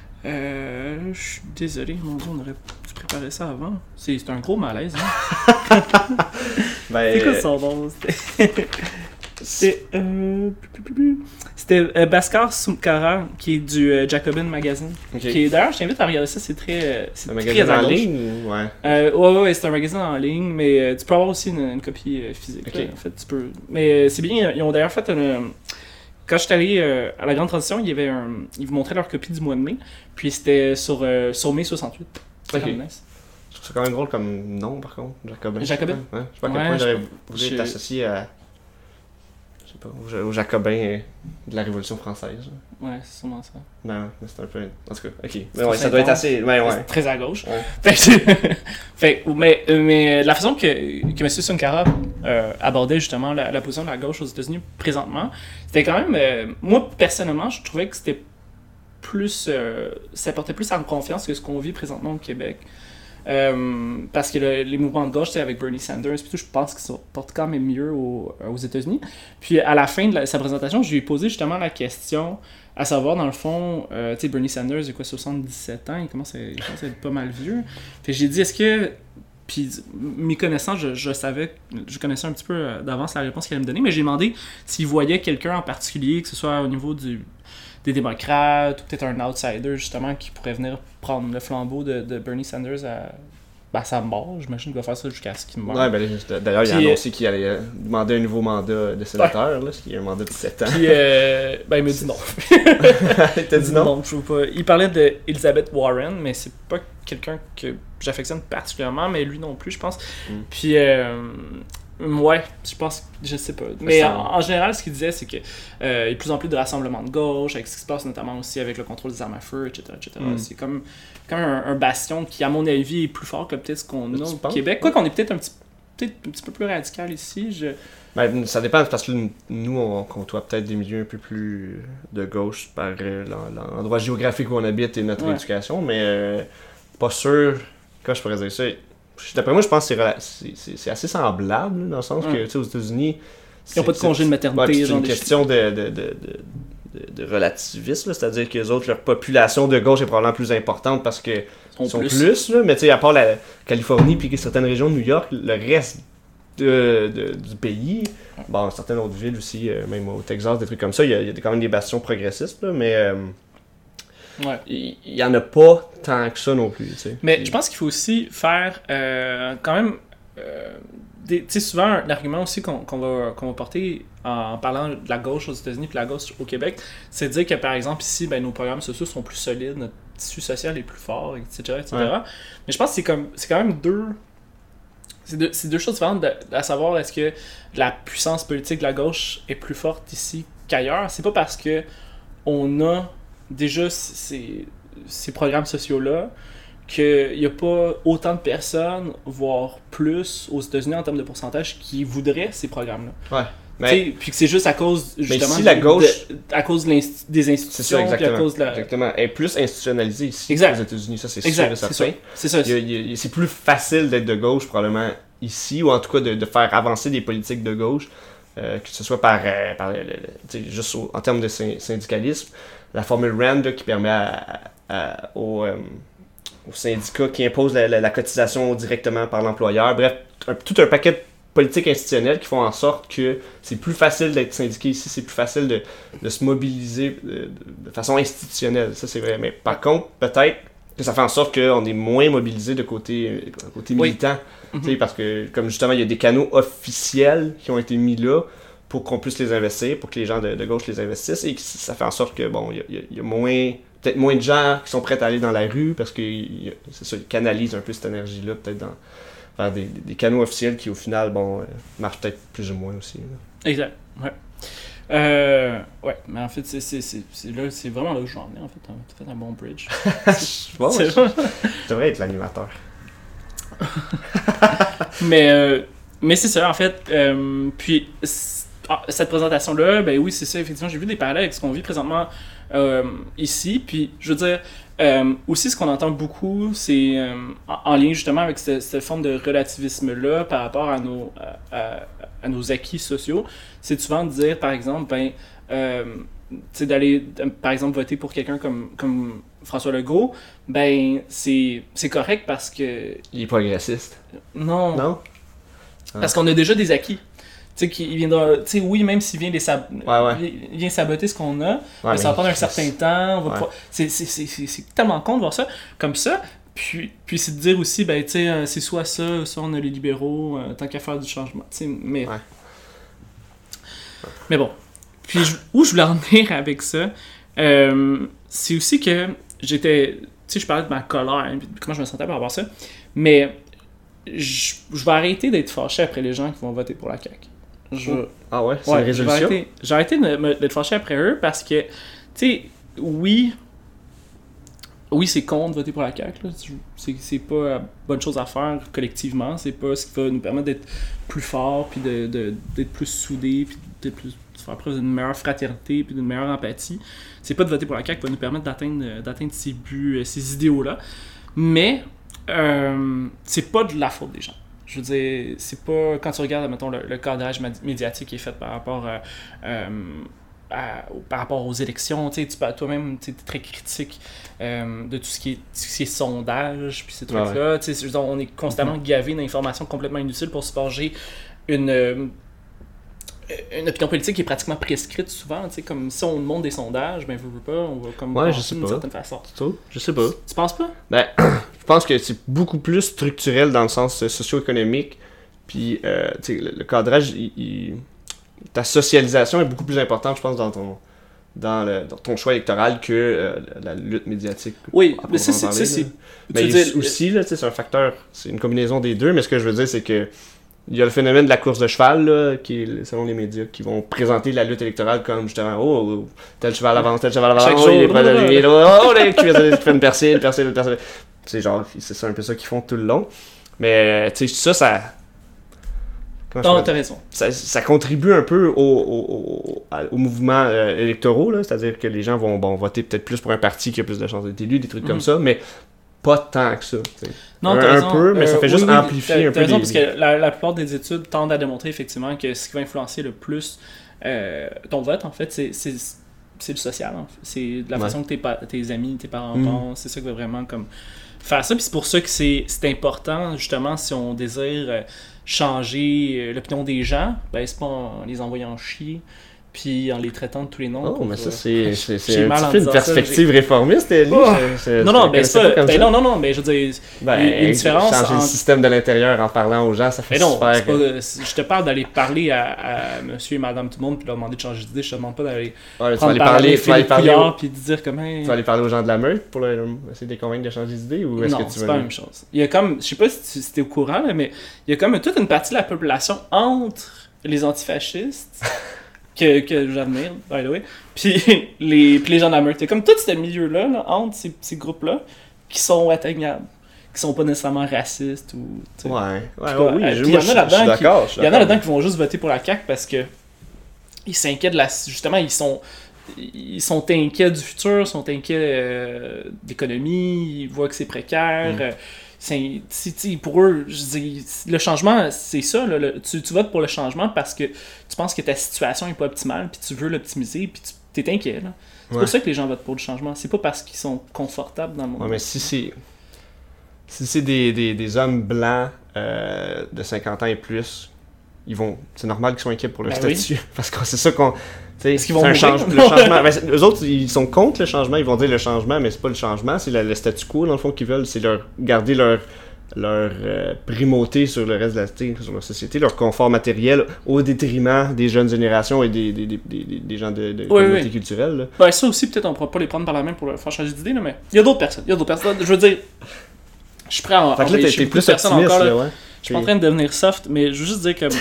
Euh, je suis désolé, mon Dieu, on aurait dû préparer ça avant. C'est, c'est un gros malaise, hein? ben, c'est quoi son nom? C'était... C'était, euh, c'était euh, Bhaskar Sunkara, qui est du euh, Jacobin Magazine. Okay. Qui est, d'ailleurs, je t'invite à regarder ça, c'est très. C'est un magazine très en ligne ou... Ouais. Euh, ouais, ouais, c'est un magazine en ligne, mais euh, tu peux avoir aussi une, une copie euh, physique. Okay. Là, en fait, tu peux. Mais euh, c'est bien, ils ont d'ailleurs fait une. Quand je suis allé euh, à la Grande Transition, il y avait un... ils vous montraient leur copie du mois de mai, puis c'était sur, euh, sur mai soixante-huit. C'est okay. quand même nice. Je trouve ça quand même drôle comme nom, par contre, Jacobin. Jacobin? Ouais, je sais pas à quel ouais, point j'aurais voulu je... t'associer à. Pas, aux Jacobins de la Révolution française. Ouais, c'est sûrement ça. Non, mais c'est un peu... En tout cas, ok. Mais ouais, ça doit être assez... Ouais, ouais. C'est très à gauche. Ouais. Fait, fait, mais, mais la façon que, que M. Sunkara euh, abordait justement la, la position de la gauche aux États-Unis présentement, c'était quand même... Euh, moi, personnellement, je trouvais que c'était plus... Euh, ça portait plus en confiance que ce qu'on vit présentement au Québec. Euh, parce que le- les mouvements de gauche, tu sais, avec Bernie Sanders, puis tout, je pense qu'ils se portent quand même mieux au- aux États-Unis. Puis à la fin de la- sa présentation, je lui ai posé justement la question à savoir, dans le fond, euh, tu sais, Bernie Sanders, il a quoi, soixante-dix-sept ans, il commence, à, il commence à être pas mal vieux. Fait que j'ai dit, est-ce que. Puis mes connaissances, je, je savais, je connaissais un petit peu euh, d'avance la réponse qu'il allait me donner, mais j'ai demandé s'il voyait quelqu'un en particulier, que ce soit au niveau du, des démocrates, ou peut-être un outsider, justement, qui pourrait venir prendre le flambeau de, de Bernie Sanders à, ben, à sa mort. J'imagine qu'il va faire ça jusqu'à ce qu'il meure. Ouais, ben, d'ailleurs, il a Puis, annoncé qu'il allait euh, demander un nouveau mandat de sénateur, là, parce qu'il y a un mandat de sept ans. Puis, euh, ben, il m'a dit non. Il t'a dit non? Non, je veux pas. Il parlait d'Elizabeth Warren, mais c'est pas quelqu'un que j'affectionne particulièrement, mais lui non plus, je pense. Mm. Puis, euh, ouais, je pense, je sais pas. Mais en, en général, ce qu'il disait, c'est que euh, il y a de plus en plus de rassemblements de gauche, avec ce qui se passe notamment aussi avec le contrôle des armes à feu, et cetera et cetera. Mm. C'est comme, comme un, un bastion qui, à mon avis, est plus fort que peut-être ce qu'on a au penses? Québec. Quoi qu'on est peut-être un petit, peut-être un petit peu plus radical ici. Je... Ben, ça dépend, parce que nous, on côtoie peut-être des milieux un peu plus de gauche par euh, l'endroit géographique où on habite et notre ouais. éducation, mais euh, pas sûr, quand je pourrais dire ça. D'après moi, je pense que c'est, c'est, c'est assez semblable, dans le sens ouais. que, tu sais, aux États-Unis... Ils n'ont pas de congé de maternité. Ouais, c'est une question de, de, de, de, de, de relativisme, c'est-à-dire que les autres, leur population de gauche est probablement plus importante parce qu'ils sont, sont plus, plus là, mais tu sais, à part la Californie puis certaines régions de New York, le reste de, de, du pays, bon, certaines autres villes aussi, euh, même au Texas, des trucs comme ça, il y a, il y a quand même des bastions progressistes, là, mais... Euh, Ouais. Il n'y en a pas tant que ça non plus. Tu sais. Mais je pense qu'il faut aussi faire euh, quand même. Euh, tu sais, souvent, l'argument aussi qu'on, qu'on, va, qu'on va porter en parlant de la gauche aux États-Unis et de la gauche au Québec, c'est de dire que par exemple, ici, ben, nos programmes sociaux sont plus solides, notre tissu social est plus fort, et cetera et cetera. Ouais. Mais je pense que c'est, comme, c'est quand même deux. C'est deux, c'est deux choses différentes, de, à savoir est-ce que la puissance politique de la gauche est plus forte ici qu'ailleurs. C'est pas parce que on a déjà ces, ces programmes sociaux-là, qu'il n'y a pas autant de personnes, voire plus, aux États-Unis en termes de pourcentage, qui voudraient ces programmes-là. Ouais. Mais... Puis que c'est juste à cause, justement, ici, la gauche... de, à cause de des institutions. C'est ça, exactement. À cause de la... exactement. Elle est plus institutionnalisée ici exact. aux États-Unis, ça c'est exact. sûr et certain. C'est ça. C'est, ça. Il y a, il y a, c'est plus facile d'être de gauche, probablement, ici, ou en tout cas de, de faire avancer des politiques de gauche, euh, que ce soit par, euh, par le, le, juste au, en termes de syndicalisme. La formule RAND là, qui permet à, à, à, aux, euh, aux syndicats qui imposent la, la, la cotisation directement par l'employeur. Bref, un, tout un paquet de politiques institutionnelles qui font en sorte que c'est plus facile d'être syndiqué ici, c'est plus facile de, de se mobiliser de, de façon institutionnelle. Ça, c'est vrai. Mais par contre, peut-être que ça fait en sorte qu'on est moins mobilisé de côté, côté militant. Oui. Mm-hmm. Parce que, comme justement, il y a des canaux officiels qui ont été mis là pour qu'on puisse les investir, pour que les gens de, de gauche les investissent, et que ça fait en sorte que, bon, il y, y, y a moins, peut-être moins de gens qui sont prêts à aller dans la rue, parce que y a, c'est ça, ils canalisent un peu cette énergie-là, peut-être dans, vers des, des canaux officiels qui, au final, bon, euh, marchent peut-être plus ou moins aussi. Là. Exact, ouais. Euh, ouais, mais en fait, c'est, c'est, c'est, c'est, là, c'est vraiment là où je vais en venir, en fait. Tu as fait un bon bridge. Bon, c'est je, je devrais être l'animateur. mais, euh, mais c'est ça, en fait. Euh, puis... Ah, cette présentation-là, ben oui, c'est ça, effectivement, j'ai vu des parallèles avec ce qu'on vit présentement euh, ici, puis je veux dire, euh, aussi ce qu'on entend beaucoup, c'est euh, en, en lien justement avec cette, cette forme de relativisme-là par rapport à nos, à, à, à nos acquis sociaux, c'est souvent de dire, par exemple, ben, euh, tu sais, d'aller, par exemple, voter pour quelqu'un comme, comme François Legault, ben, c'est, c'est correct parce que... Il est progressiste. Non. Non? Ah. Parce qu'on a déjà des acquis. Tu sais, qu'il viendra, tu sais, oui, même s'il vient, les sab... ouais, ouais. il vient saboter ce qu'on a, ouais, ça va prendre un certain c'est... temps. On va ouais. pouvoir... c'est, c'est, c'est, c'est, c'est tellement con de voir ça comme ça. Puis, puis c'est de dire aussi, ben, tu sais, euh, c'est soit ça, soit on a les libéraux, euh, tant qu'à faire du changement. Tu sais, mais... Ouais. Mais bon. Puis, je... où je voulais en venir avec ça, euh, c'est aussi que j'étais... Tu sais, je parlais de ma colère, hein, comment je me sentais par rapport à ça, mais je, je vais arrêter d'être fâché après les gens qui vont voter pour la C A Q. Je... Ah ouais, c'est ouais, une résolution? J'ai arrêté, j'ai arrêté de, d'être fâché après eux parce que, tu sais, oui, oui, c'est con de voter pour la C A Q, là. C'est, c'est pas la bonne chose à faire collectivement, c'est pas ce qui va nous permettre d'être plus forts, puis de, de, d'être plus soudés, puis d'être plus, de faire preuve d'une meilleure fraternité, puis d'une meilleure empathie. C'est pas de voter pour la C A Q qui va nous permettre d'atteindre, d'atteindre ces buts, ces idéaux-là. Mais Euh, c'est pas de la faute des gens. Je veux dire, c'est pas... Quand tu regardes, mettons, le, le cadrage médiatique qui est fait par rapport à... Euh, À, par rapport aux élections, tu sais, toi-même, tu es très critique euh, de tout ce qui est, tout ce qui est sondage, puis ces trucs-là. Ouais. Tu sais, on est constamment mm-hmm. gavé d'informations complètement inutiles pour se forger une, euh, une opinion politique qui est pratiquement prescrite souvent. Tu sais, comme si on monte des sondages, ben, veut, veut pas, on va comme ouais, je sais d'une pas. certaine façon. Tout, je sais pas. Tu penses pas? Ben, je pense que c'est beaucoup plus structurel dans le sens socio-économique, puis, euh, tu sais, le, le cadrage, il... il... ta socialisation est beaucoup plus importante, je pense, dans ton, dans le, dans ton choix électoral que euh, la lutte médiatique. Oui, mais ça, c'est... Ça, c'est mais dire, aussi, là, c'est un facteur, c'est une combinaison des deux, mais ce que je veux dire, c'est que il y a le phénomène de la course de cheval, là, qui est, selon les médias, qui vont présenter la lutte électorale comme, justement, oh, tel cheval avance, tel cheval avance, oh, il est pas de lui, oh, là, qui fait une percée, une percée, une percée. C'est genre, c'est ça un peu ça qu'ils font tout le long. Mais, tu sais, ça, ça... Non, t'as raison. Ça, ça contribue un peu au, au, au, au mouvement euh, électoraux, là, c'est-à-dire que les gens vont bon, voter peut-être plus pour un parti qui a plus de chances d'être élu, des trucs mm-hmm. comme ça, mais pas tant que ça. T'sais. Non, t'as un, raison. Un peu, mais ça fait euh, juste oui, amplifier oui, un peu. T'as raison, les... parce que la, la plupart des études tendent à démontrer effectivement que ce qui va influencer le plus euh, ton vote, en fait, c'est, c'est, c'est le social. En fait. C'est de la ouais. façon que tes, pa- tes amis, tes parents mm. pensent, c'est ça qui va vraiment comme faire ça. Puis c'est pour ça que c'est, c'est important, justement, si on désire... Euh, changer l'opinion des gens, ben c'est pas en les envoyant chier puis en les traitant de tous les noms. Oh, mais ça, c'est, c'est, c'est un petit peu une perspective ça, réformiste, Ellie. Oh. Je, je, non, non, ben c'est pas... Ben non, non, non, mais je veux dire, ben, il y a une différence changer entre... le système de l'intérieur en parlant aux gens, ça fait ben non, super... C'est pas, je te parle d'aller parler à, à monsieur et madame tout le monde puis leur demander de changer d'idée, je te demande pas d'aller ouais, prendre parler, Philippe Couillard puis de dire comment... Tu vas aller parler aux gens de la meute pour leur, essayer de les convaincre de changer d'idée ou est-ce non, que tu c'est pas la même chose. Il y a comme, je sais pas si tu es au courant, là, mais il y a comme toute une partie de la population entre les antifascistes que, que j'admire, by the way, puis les, puis les gens de la meute. C'est comme tout ce milieu-là, là, entre ces, ces groupes-là, qui sont atteignables, qui sont pas nécessairement racistes ou... T'sais. Ouais, ouais, puis, ouais oui, il y en a là-dedans qui, il y en a là-dedans qui vont juste voter pour la C A Q parce que ils s'inquiètent de la... Justement, ils sont... Ils sont inquiets du futur, sont inquiets euh, d'économie, ils voient que c'est précaire... Mm. Euh, C'est, c'est, pour eux, je dis, le changement, c'est ça. Là, le, tu, tu votes pour le changement parce que tu penses que ta situation n'est pas optimale, puis tu veux l'optimiser, puis tu es inquiet. Là. C'est ouais. pour ça que les gens votent pour le changement. C'est pas parce qu'ils sont confortables dans le monde. Ouais, mais si c'est, si c'est des, des, des hommes blancs euh, de cinquante ans et plus, ils vont, c'est normal qu'ils soient inquiets pour le ben statut. Oui. Parce que c'est ça qu'on... Est-ce qu'ils vont un change, le changement. Ben, eux autres, ils sont contre le changement, ils vont dire le changement, mais c'est pas le changement, c'est le, le statu quo, dans le fond, qu'ils veulent, c'est leur garder leur, leur euh, primauté sur le reste de la, sur la société, leur confort matériel, au détriment des jeunes générations et des, des, des, des, des gens de, de oui, communauté oui. culturelle. Là. Ben, ça aussi, peut-être, on pourra pas les prendre par la main pour leur faire changer d'idée, là, mais il y a d'autres personnes. Il y a d'autres personnes. Je veux dire, je suis prêt à en fait que là, t'es, t'es plus optimiste, encore, là, ouais. Je suis pas en train de devenir soft, mais je veux juste dire que.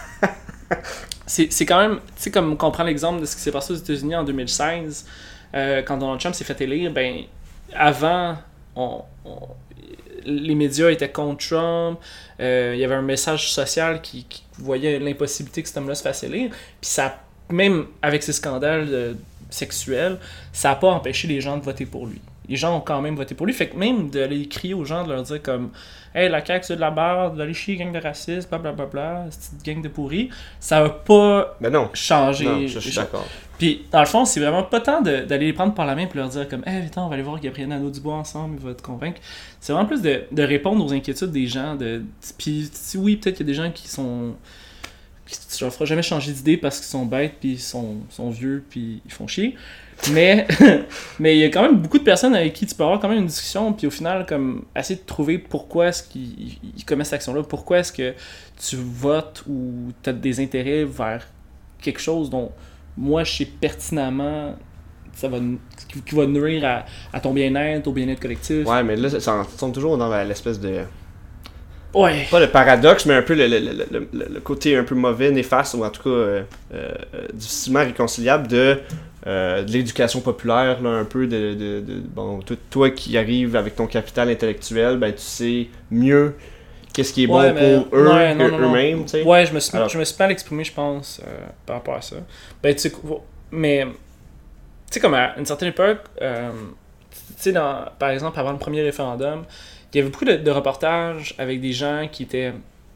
C'est, c'est quand même, tu sais, comme on prend l'exemple de ce qui s'est passé aux États-Unis en deux mille seize, euh, quand Donald Trump s'est fait élire, ben, avant, on, on, les médias étaient contre Trump, euh, il y avait un message social qui, qui voyait l'impossibilité que cet homme-là se fasse élire, puis ça, même avec ces scandales euh, sexuels, ça n'a pas empêché les gens de voter pour lui. Les gens ont quand même voté pour lui, fait que même d'aller crier aux gens, de leur dire comme « Hey, la C A Q, c'est de la barre, d'aller chier, gang de racistes, blablabla, cette gang de pourris », ça va pas ben non. changer. Non, je suis d'accord. Puis, dans le fond, c'est vraiment pas tant de, d'aller les prendre par la main et leur dire comme « Hey, viens, on va aller voir Gabriel Nadeau-Dubois ensemble, il va te convaincre ». C'est vraiment plus de, de répondre aux inquiétudes des gens. De, puis, oui, peut-être qu'il y a des gens qui sont... qui ne leur fera jamais changer d'idée parce qu'ils sont bêtes, puis ils sont, sont vieux, puis ils font chier. Mais mais il y a quand même beaucoup de personnes avec qui tu peux avoir quand même une discussion, puis au final, comme essayer de trouver pourquoi est-ce qu'ils ils commettent cette action-là, pourquoi est-ce que tu votes ou tu as des intérêts vers quelque chose dont moi je sais pertinemment ça va, qui, qui va nuire à, à ton bien-être, au bien-être collectif. Ouais, mais là, ça, ça tombe toujours dans l'espèce de... Ouais. Pas le paradoxe, mais un peu le, le, le, le, le côté un peu mauvais, néfaste, ou en tout cas euh, euh, difficilement réconciliable de, euh, de l'éducation populaire, là, un peu de, de, de bon, toi qui arrives avec ton capital intellectuel, ben tu sais mieux qu'est-ce qui est bon ouais, pour eux ouais, non, que non, non. eux-mêmes, tu sais. Ouais, je me suis, Alors... je me suis pas exprimé, je pense, euh, par rapport à ça. Ben tu sais, mais tu sais comme à une certaine époque, euh, tu sais, par exemple, avant le premier référendum, il y avait beaucoup de, de reportages avec des gens qui étaient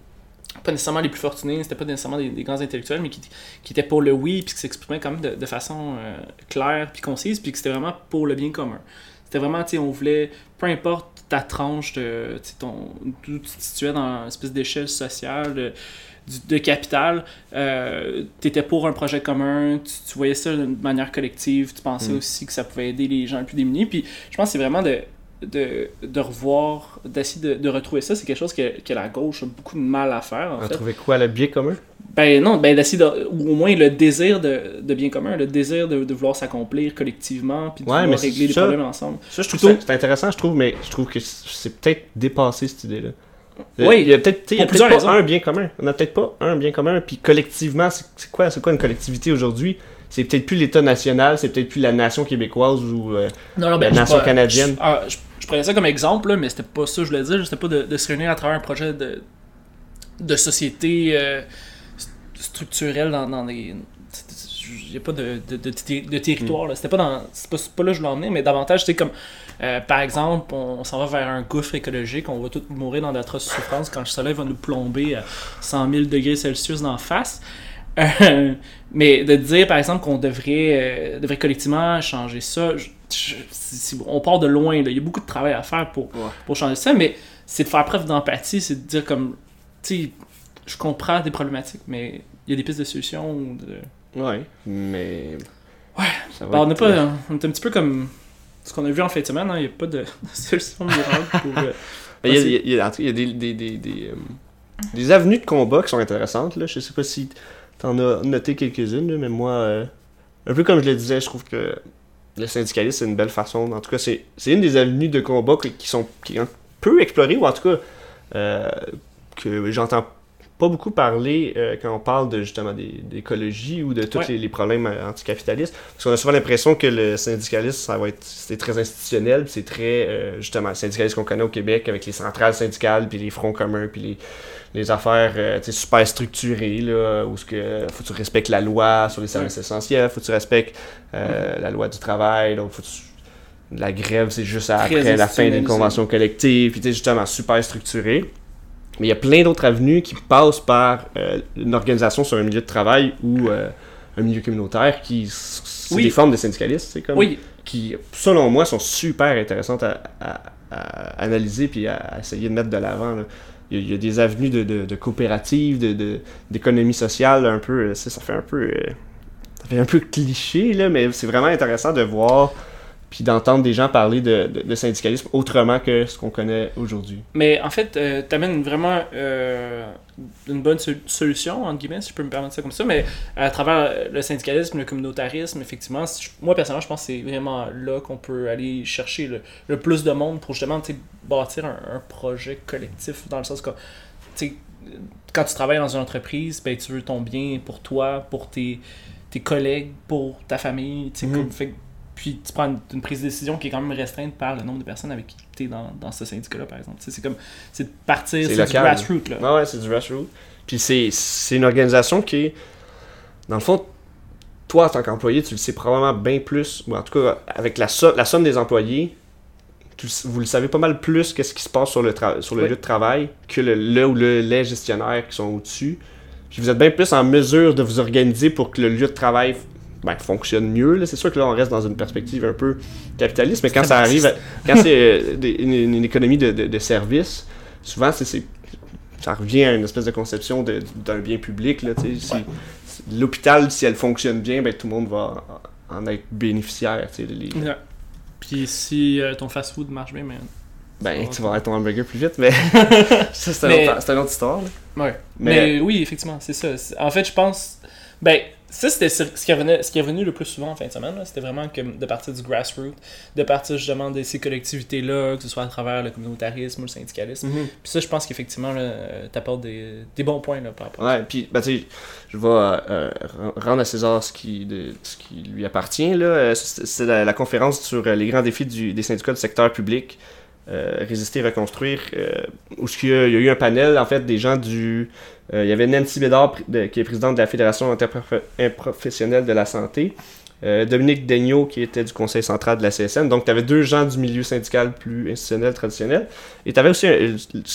pas nécessairement les plus fortunés, c'était pas nécessairement des, des grands intellectuels, mais qui, qui étaient pour le oui, puis qui s'exprimaient quand même de, de façon euh, claire puis concise, puis que c'était vraiment pour le bien commun. C'était vraiment, tu sais, on voulait, peu importe ta tranche, de, tu sais, ton, où tu te situais dans une espèce d'échelle sociale, de, de capital, euh, tu étais pour un projet commun, tu, tu voyais ça d'une manière collective, tu pensais mmh. aussi que ça pouvait aider les gens les plus démunis, puis je pense que c'est vraiment de... De, de revoir, d'essayer de, de retrouver ça, c'est quelque chose que, que la gauche a beaucoup de mal à faire, en fait. Retrouver quoi, le bien commun? Ben non, ben d'essayer de, ou au moins le désir de, de bien commun, le désir de, de vouloir s'accomplir collectivement, puis de ouais, vouloir régler des ça, problèmes ensemble. Ça, je trouve Plutôt... c'est intéressant, je trouve, mais je trouve que c'est peut-être dépassé, cette idée-là. Oui, il y a peut-être, il y a peut-être pas raisons. un bien commun. On n'a peut-être pas un bien commun, puis collectivement, c'est, c'est, quoi, c'est quoi une collectivité aujourd'hui? C'est peut-être plus l'État national, c'est peut-être plus la nation québécoise ou euh, non, non, ben, la nation pas, canadienne. Je, ah, je, je prenais ça comme exemple, là, mais c'était pas ça que je voulais dire. C'était pas de, de se réunir à travers un projet de, de société euh, structurelle dans, dans des... Il n'y a pas de, de, de, de, de territoire. Là. C'était pas dans... C'est pas, c'est pas là que je voulais emmener, mais davantage, c'est comme... Euh, par exemple, on, on s'en va vers un gouffre écologique, on va tous mourir dans d'atroces souffrances quand le soleil va nous plomber à cent mille degrés Celsius d'en face. Euh, mais de dire, par exemple, qu'on devrait, euh, devrait collectivement changer ça, je, je, c'est, on part de loin. Là. Il y a beaucoup de travail à faire pour, ouais. pour changer ça, mais c'est de faire preuve d'empathie, c'est de dire comme, tu sais, je comprends des problématiques, mais il y a des pistes de solutions. De... Ouais, mais... Ouais, ça va ben, on, est pas, on est un petit peu comme ce qu'on a vu en fin de semaine, hein. Il n'y a pas de solution miracle pour... Euh, il y a, il y a, il y a, il y a des, des, des, des, euh, des avenues de combat qui sont intéressantes, là. Je sais pas si... T'en as noté quelques-unes, mais moi, euh, un peu comme je le disais, je trouve que le syndicalisme, c'est une belle façon. En tout cas, c'est, c'est une des avenues de combat qui sont qui un peu explorées, ou en tout cas, euh, que j'entends pas beaucoup parler euh, quand on parle de, justement des, d'écologie ou de tous ouais. les, les problèmes anticapitalistes. Parce qu'on a souvent l'impression que le syndicalisme, ça va être c'est très institutionnel, c'est très, euh, justement, le syndicalisme qu'on connaît au Québec avec les centrales syndicales, puis les fronts communs, puis les... les affaires euh, super structurées, là, où que, faut que tu respectes la loi sur les services ouais. essentiels, faut que tu respectes euh, mm-hmm. la loi du travail, donc faut que tu... la grève, c'est juste après la fin d'une convention collective, puis justement super structuré. Mais il y a plein d'autres avenues qui passent par euh, une organisation sur un milieu de travail ou euh, un milieu communautaire qui c'est oui. des formes de syndicalisme, c'est comme oui. qui, selon moi, sont super intéressantes à, à, à analyser puis à, à essayer de mettre de l'avant, là. Il y a des avenues de, de, de coopératives, de, de, d'économie sociale, un peu, ça, ça fait un peu, ça fait un peu cliché, là, mais c'est vraiment intéressant de voir puis d'entendre des gens parler de, de, de syndicalisme autrement que ce qu'on connaît aujourd'hui. Mais en fait, euh, tu amènes vraiment euh, une bonne sol- solution, entre guillemets, si je peux me permettre ça comme ça, mais à travers le syndicalisme, le communautarisme, effectivement, si je, moi personnellement, je pense que c'est vraiment là qu'on peut aller chercher le, le plus de monde pour justement bâtir un, un projet collectif, dans le sens que, tu sais, quand tu travailles dans une entreprise, ben, tu veux ton bien pour toi, pour tes, tes collègues, pour ta famille, tu sais, mm-hmm. comme fait. Puis tu prends une, une prise de décision qui est quand même restreinte par le nombre de personnes avec qui tu es dans, dans ce syndicat-là, par exemple. T'sais, c'est comme, c'est de partir, c'est, c'est du grassroots. Là. Ouais, ouais, c'est du grassroots. Puis c'est, c'est une organisation qui est, dans le fond, toi, en tant qu'employé, tu le sais probablement bien plus, ou en tout cas, avec la, so- la somme des employés, tu, vous le savez pas mal plus qu'est-ce qui se passe sur le, tra- sur le oui. lieu de travail que le, le ou le, les gestionnaires qui sont au-dessus. Puis vous êtes bien plus en mesure de vous organiser pour que le lieu de travail ben, fonctionne mieux. Là. C'est sûr que là, on reste dans une perspective un peu capitaliste, mais quand ça arrive, à, quand c'est euh, des, une, une économie de, de, de services, souvent, c'est, c'est, ça revient à une espèce de conception de, d'un bien public. Là, ouais. si, si, l'hôpital, si elle fonctionne bien, ben, tout le monde va en être bénéficiaire. Les... Ouais. Puis si euh, ton fast-food marche bien, mais... ben, tu vas avoir ton hamburger plus vite, mais ça, c'est, mais... un autre, c'est une autre histoire. Là. Ouais. Mais... mais oui, effectivement, c'est ça. C'est... En fait, je pense... Ben, ça, c'était ce qui, revenait, ce qui est revenu le plus souvent en fin de semaine. Là. C'était vraiment que de partir du grassroots, de partir justement de ces collectivités-là, que ce soit à travers le communautarisme ou le syndicalisme. Mm-hmm. Puis ça, je pense qu'effectivement, tu apportes des, des bons points là, par rapport à ça. Ouais, puis, ben, tu sais, je vais euh, rendre à César ce qui, de, ce qui lui appartient. Là. C'est, c'est la, la conférence sur les grands défis du, des syndicats du secteur public. Euh, résister, reconstruire, euh, où il y, a, il y a eu un panel, en fait, des gens du... Euh, il y avait Nancy Bédard, de, qui est présidente de la Fédération interprofessionnelle de la santé, euh, Dominique Daigneault qui était du conseil central de la C S N. Donc tu avais deux gens du milieu syndical plus institutionnel, traditionnel. Et tu avais aussi euh,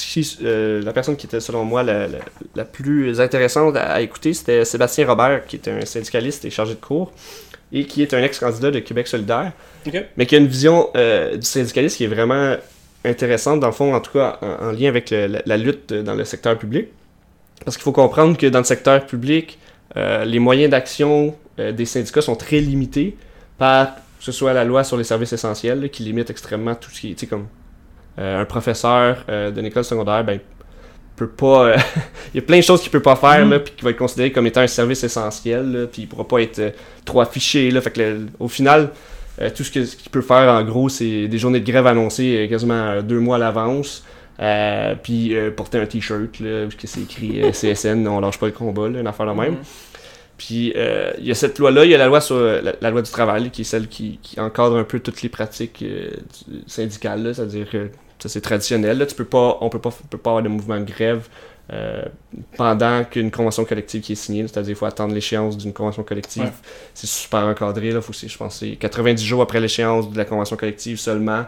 euh, la personne qui était selon moi la, la, la plus intéressante à, à écouter, c'était Sébastien Robert qui était un syndicaliste et chargé de cours et qui est un ex-candidat de Québec solidaire, okay. mais qui a une vision euh, du syndicalisme qui est vraiment intéressante, dans le fond, en tout cas en, en lien avec le, la, la lutte dans le secteur public. Parce qu'il faut comprendre que dans le secteur public, euh, les moyens d'action euh, des syndicats sont très limités par, que ce soit la loi sur les services essentiels, là, qui limite extrêmement tout ce qui est, tu sais, comme euh, un professeur euh, d'une école secondaire, ben, peut pas... Euh, il y a plein de choses qu'il peut pas faire, mm. là, puis qui va être considéré comme étant un service essentiel, là, puis il pourra pas être euh, trop affiché, là, fait que le, au final, euh, tout ce, que, ce qu'il peut faire, en gros, c'est des journées de grève annoncées euh, quasiment euh, deux mois à l'avance, euh, puis euh, porter un t-shirt, là, parce que c'est écrit euh, C S N, on lâche pas le combat, là, une affaire la même. Mm. Puis euh, il y a cette loi-là, il y a la loi sur la, la loi du travail, là, qui est celle qui, qui encadre un peu toutes les pratiques euh, syndicales, là, c'est-à-dire que ça c'est traditionnel, là, tu peux pas, on peut pas, peut pas avoir de mouvement de grève euh, pendant qu'une convention collective qui est signée, là, c'est-à-dire qu'il faut attendre l'échéance d'une convention collective, ouais. C'est super encadré, là, faut, je pense que c'est quatre-vingt-dix jours après l'échéance de la convention collective seulement,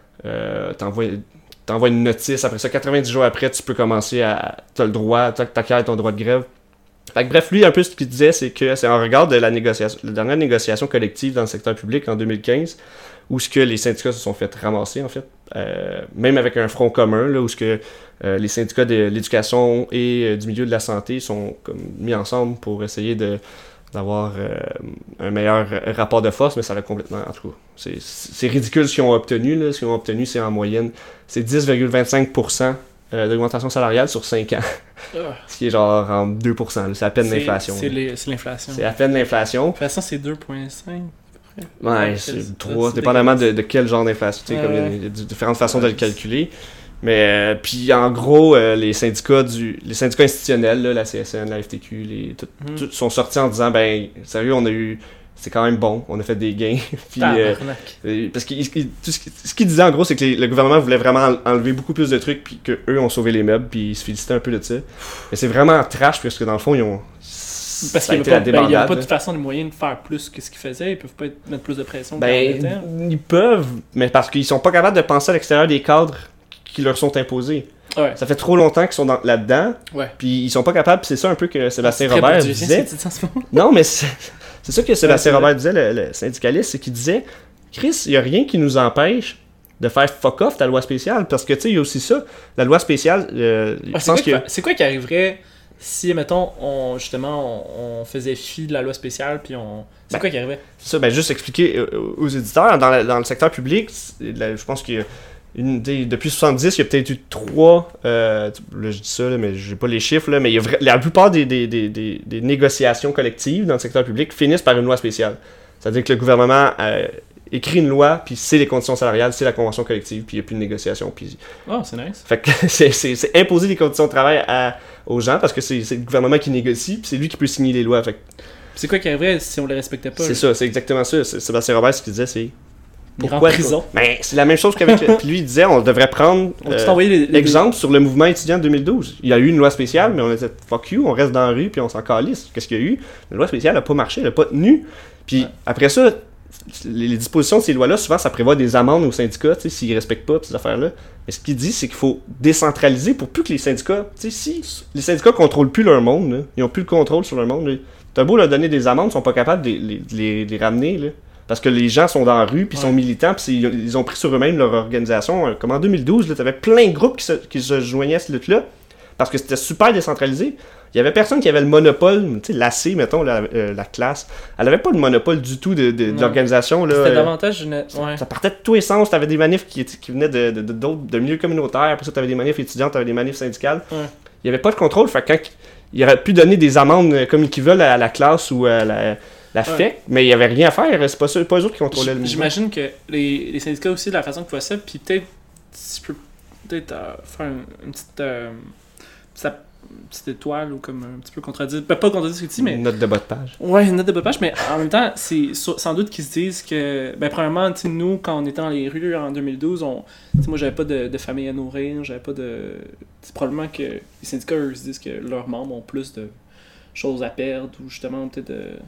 euh, t'envoies, t'envoies une notice, après ça, quatre-vingt-dix jours après, tu peux commencer à, t'as le droit, t'acquiers ton droit de grève. Fait que bref, lui, un peu ce qu'il disait, c'est que c'est en regard de la négociation, la dernière négociation collective dans le secteur public en deux mille quinze, où ce que les syndicats se sont fait ramasser, en fait, euh, même avec un front commun, là, où ce que euh, les syndicats de l'éducation et euh, du milieu de la santé sont comme, mis ensemble pour essayer de d'avoir euh, un meilleur rapport de force, mais ça l'a complètement, en tout cas, c'est, c'est ridicule ce qu'ils ont obtenu, là. Ce qu'ils ont obtenu, c'est en moyenne, c'est dix virgule vingt-cinq pour cent d'augmentation salariale sur cinq ans. Oh. Ce qui est genre en deux pour cent, là. C'est à peine c'est, l'inflation. C'est, les, c'est l'inflation. C'est à peine l'inflation. L'inflation, c'est deux virgule cinq. Ouais, c'est trois, dépendamment de, de quel genre d'inflation. Tu sais, comme il y a différentes façons ouais. de le calculer. Mais, euh, puis en gros, euh, les syndicats du les syndicats institutionnels, là, la C S N, la F T Q, les, tout, mm. tout, sont sortis en disant, ben, sérieux, on a eu... C'est quand même bon, on a fait des gains. Puis, euh, parce que tout ce, ce qu'il disait en gros, c'est que les, le gouvernement voulait vraiment enlever beaucoup plus de trucs, puis qu'eux ont sauvé les meubles, puis ils se félicitaient un peu de ça. Mais c'est vraiment trash, parce que dans le fond, ils ont. Parce qu'il n'y avait, ben, avait pas de toute façon de moyen de faire plus que ce qu'ils faisaient, ils peuvent pas mettre plus de pression. Ben, ils peuvent, mais parce qu'ils sont pas capables de penser à l'extérieur des cadres qui leur sont imposés. Ouais. Ça fait trop longtemps qu'ils sont dans, là-dedans, ouais. Puis ils sont pas capables, puis c'est ça un peu que Sébastien c'est Robert disait. Non, mais c'est. C'est ça que Sébastien ouais, Robert disait, le, le syndicaliste, c'est qu'il disait « Chris, il n'y a rien qui nous empêche de faire fuck off ta loi spéciale. » Parce que, tu sais, il y a aussi ça. La loi spéciale, euh, ouais, je pense que... C'est quoi qui arriverait si, mettons, on, justement, on, on faisait fi de la loi spéciale, puis on... C'est ben, quoi qui arriverait? C'est ça, ben juste expliquer aux éditeurs, dans, la, dans le secteur public, la, je pense qu'il y a Une, depuis soixante-dix, il y a peut-être eu trois, euh, là je dis ça, là, mais j'ai pas les chiffres, là, mais il y a vra- la plupart des, des, des, des, des négociations collectives dans le secteur public finissent par une loi spéciale. C'est-à-dire que le gouvernement euh, écrit une loi, puis c'est les conditions salariales, c'est la convention collective, puis il n'y a plus de négociation. Puis... Oh, c'est nice. Fait que c'est, c'est, c'est imposer des conditions de travail à, aux gens, parce que c'est, c'est le gouvernement qui négocie, puis c'est lui qui peut signer les lois. Fait que... C'est quoi qui arriverait si on les respectait pas? C'est là? ça, c'est exactement ça. C'est Sébastien Robert, ce qu'il disait, c'est... Pourquoi en prison? Ben, c'est la même chose qu'avec... Puis lui, il disait, on devrait prendre euh, les, les... exemple sur le mouvement étudiant de deux mille douze. Il y a eu une loi spéciale, mais on a dit, fuck you, on reste dans la rue, puis on s'en calisse. Qu'est-ce qu'il y a eu? La loi spéciale n'a pas marché, elle n'a pas tenu. Puis ouais. Après ça, les, les dispositions de ces lois-là, souvent, ça prévoit des amendes aux syndicats, tu sais, s'ils ne respectent pas ces affaires-là. Mais ce qu'il dit, c'est qu'il faut décentraliser pour plus que les syndicats... Tu sais, si les syndicats ne contrôlent plus leur monde, là, ils n'ont plus le contrôle sur leur monde, là, t'as beau leur donner des amendes, ils sont pas capables de les, les, les, les ramener, là. Parce que les gens sont dans la rue, puis ouais. sont militants, puis ils ont pris sur eux-mêmes leur organisation. Comme en deux mille douze, tu avais plein de groupes qui se, qui se joignaient à cette lutte-là, parce que c'était super décentralisé. Il y avait personne qui avait le monopole, tu sais, l'A C, mettons, la, euh, la classe. Elle avait pas le monopole du tout de, de, de l'organisation. Là, c'était euh, davantage une... ouais. ça, ça partait de tous les sens. Tu avais des manifs qui, qui venaient de, de, de, d'autres, de milieux communautaires, après ça, tu avais des manifs étudiants, tu avais des manifs syndicales. Ouais. Il n'y avait pas de contrôle, fait que quand il aurait pu donner des amendes comme ils veulent à la classe ou à la... La ouais. F E C, mais il n'y avait rien à faire, c'est pas, ça, pas eux autres qui contrôlaient le mouvement. J'imagine que les, les syndicats aussi, de la façon qu'ils voient ça, puis peut-être, si je peux peut-être euh, faire une, une petite, euh, petite, petite étoile ou comme un petit peu contredire, pas contredire ce que tu dis, mais... Une note de bas de page. Ouais, une note de bas de page, mais en même temps, c'est sans doute qu'ils se disent que, ben premièrement, tu sais, nous, quand on était dans les rues en deux mille douze, on, moi, j'avais pas de, de famille à nourrir, j'avais pas de... C'est probablement que les syndicats, eux, se disent que leurs membres ont plus de choses à perdre, ou justement, peut-être de...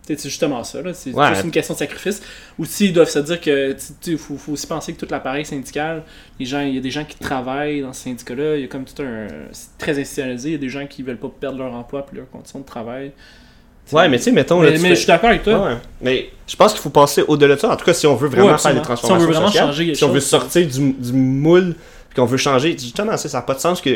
C'est justement ça, là. C'est ouais. juste une question de sacrifice. Aussi, ils doivent se dire que il faut, faut aussi penser que tout l'appareil syndical, les gens, il y a des gens qui travaillent dans ce syndicat-là, il y a comme tout un. C'est très institutionnalisé, il y a des gens qui veulent pas perdre leur emploi et leurs conditions de travail. T'sais, ouais, mais tu sais, mettons. Mais, là, mais fais... je suis d'accord avec toi. Ouais. Mais je pense qu'il faut passer au-delà de ça. En tout cas, si on veut vraiment ouais, faire des transformations si on veut vraiment sociales, changer si on veut chose, sortir du, du moule, puis qu'on veut changer, justement, ça n'a pas de sens que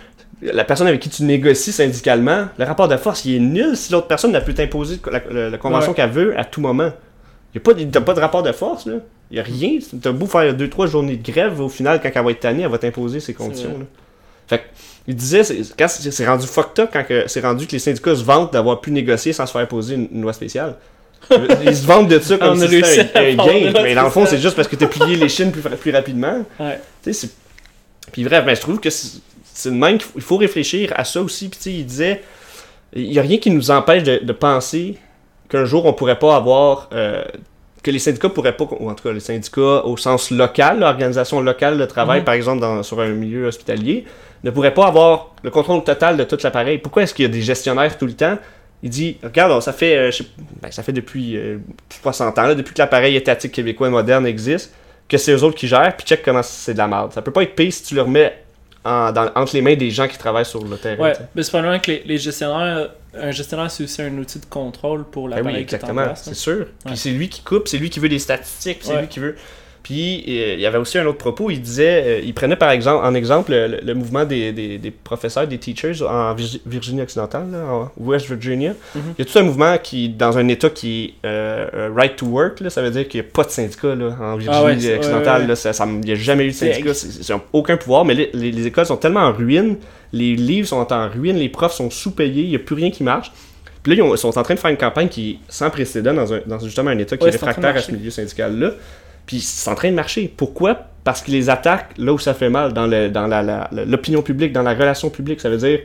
la personne avec qui tu négocies syndicalement, le rapport de force, il est nul si l'autre personne n'a pu t'imposer la, la, la convention ouais. qu'elle veut à tout moment. Il n'y a pas de rapport de force, là. Il n'y a rien. Tu as beau faire deux trois journées de grève, au final, quand elle va être tannée, elle va t'imposer ses conditions. Là. Fait que, il disait, c'est, quand c'est, c'est rendu fucked up, quand que, c'est rendu que les syndicats se vantent d'avoir pu négocier sans se faire imposer une, une loi spéciale. Ils se vantent de ça comme si c'était un, un gain. Mais dans le fond, c'est juste parce que tu as plié les chines plus, plus rapidement. Ouais. Tu sais, c'est... Puis bref, ben, je trouve que c'est, c'est de même qu'il faut réfléchir à ça aussi. Puis tu sais, il disait, il n'y a rien qui nous empêche de, de penser qu'un jour, on pourrait pas avoir... Euh, que les syndicats pourraient pas, ou en tout cas les syndicats au sens local, l'organisation locale de travail, mmh. par exemple, dans, sur un milieu hospitalier, ne pourraient pas avoir le contrôle total de tout l'appareil. Pourquoi est-ce qu'il y a des gestionnaires tout le temps? Il dit, regarde, ça fait, euh, je sais, ben, ça fait depuis euh, soixante ans, là, depuis que l'appareil étatique québécois moderne existe, que c'est eux autres qui gèrent, puis check comment c'est de la merde. Ça peut pas être pire si tu le remets en, dans, entre les mains des gens qui travaillent sur le terrain. Ouais, t'sais. Mais c'est probablement que les, les gestionnaires, un gestionnaire, c'est aussi un outil de contrôle pour l'appareil ben oui, qui est en place. C'est sûr. Ouais. Puis c'est lui qui coupe, c'est lui qui veut les statistiques, c'est ouais. lui qui veut... Puis euh, il y avait aussi un autre propos, il disait, euh, il prenait par exemple, en exemple le, le mouvement des, des, des professeurs, des teachers en Virgi- Virginie-Occidentale, là, en West Virginia. Mm-hmm. Il y a tout un mouvement qui, dans un état qui est euh, right to work, là, ça veut dire qu'il n'y a pas de syndicat là, en Virginie-Occidentale, ah ouais, ouais, ouais. ça, ça, il n'y a jamais eu de syndicat, c'est, c'est, ils n'ont aucun pouvoir, mais les, les, les écoles sont tellement en ruine, les livres sont en ruine, les profs sont sous-payés, il n'y a plus rien qui marche. Puis là, ils, ont, ils sont en train de faire une campagne qui est sans précédent dans, un, dans justement un état qui ouais, est réfractaire à ce milieu syndical-là. Puis c'est en train de marcher. Pourquoi? Parce qu'ils les attaquent là où ça fait mal, dans, le, dans la, la, l'opinion publique, dans la relation publique. Ça veut dire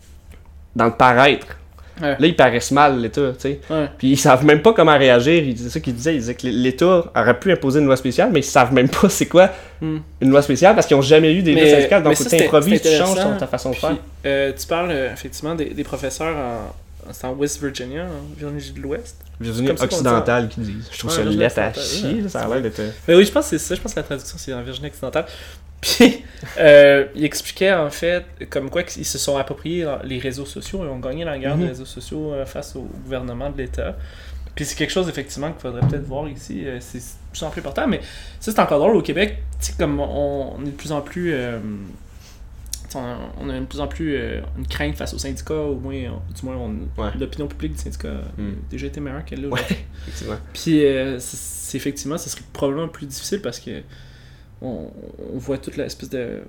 dans le paraître. Ouais. Là, ils paraissent mal, l'État, tu sais. Ouais. Puis ils savent même pas comment réagir. C'est ça qu'ils disaient. Ils disaient que l'État aurait pu imposer une loi spéciale, mais ils savent même pas c'est quoi mm. une loi spéciale parce qu'ils ont jamais eu des lois syndicales. Donc tu improvises, tu changes ton, ta façon de Puis, faire. Euh, tu parles euh, effectivement des, des professeurs en... C'est en West Virginia, en Virginie de l'Ouest. Virginie occidentale, qu'ils disent. Je trouve ouais, ça laid à chier, ouais, ça a l'air d'être... Mais oui, je pense que c'est ça. Je pense que la traduction, c'est en Virginie occidentale. Puis, euh, il expliquait, en fait, comme quoi ils se sont appropriés les réseaux sociaux et ont gagné la guerre mm-hmm. des réseaux sociaux euh, face au gouvernement de l'État. Puis c'est quelque chose, effectivement, qu'il faudrait peut-être voir ici. Euh, c'est de plus en plus important. Mais ça, c'est encore drôle au Québec. Tu sais, comme on, on est de plus en plus... Euh, on a de plus en plus euh, une crainte face aux syndicats, au moins, on, du moins on, ouais. l'opinion publique du syndicat a mm. déjà été meilleure qu'elle là. Ouais, effectivement. Puis euh, c'est, c'est effectivement, ce serait probablement plus difficile parce que on, on voit toute l'espèce de,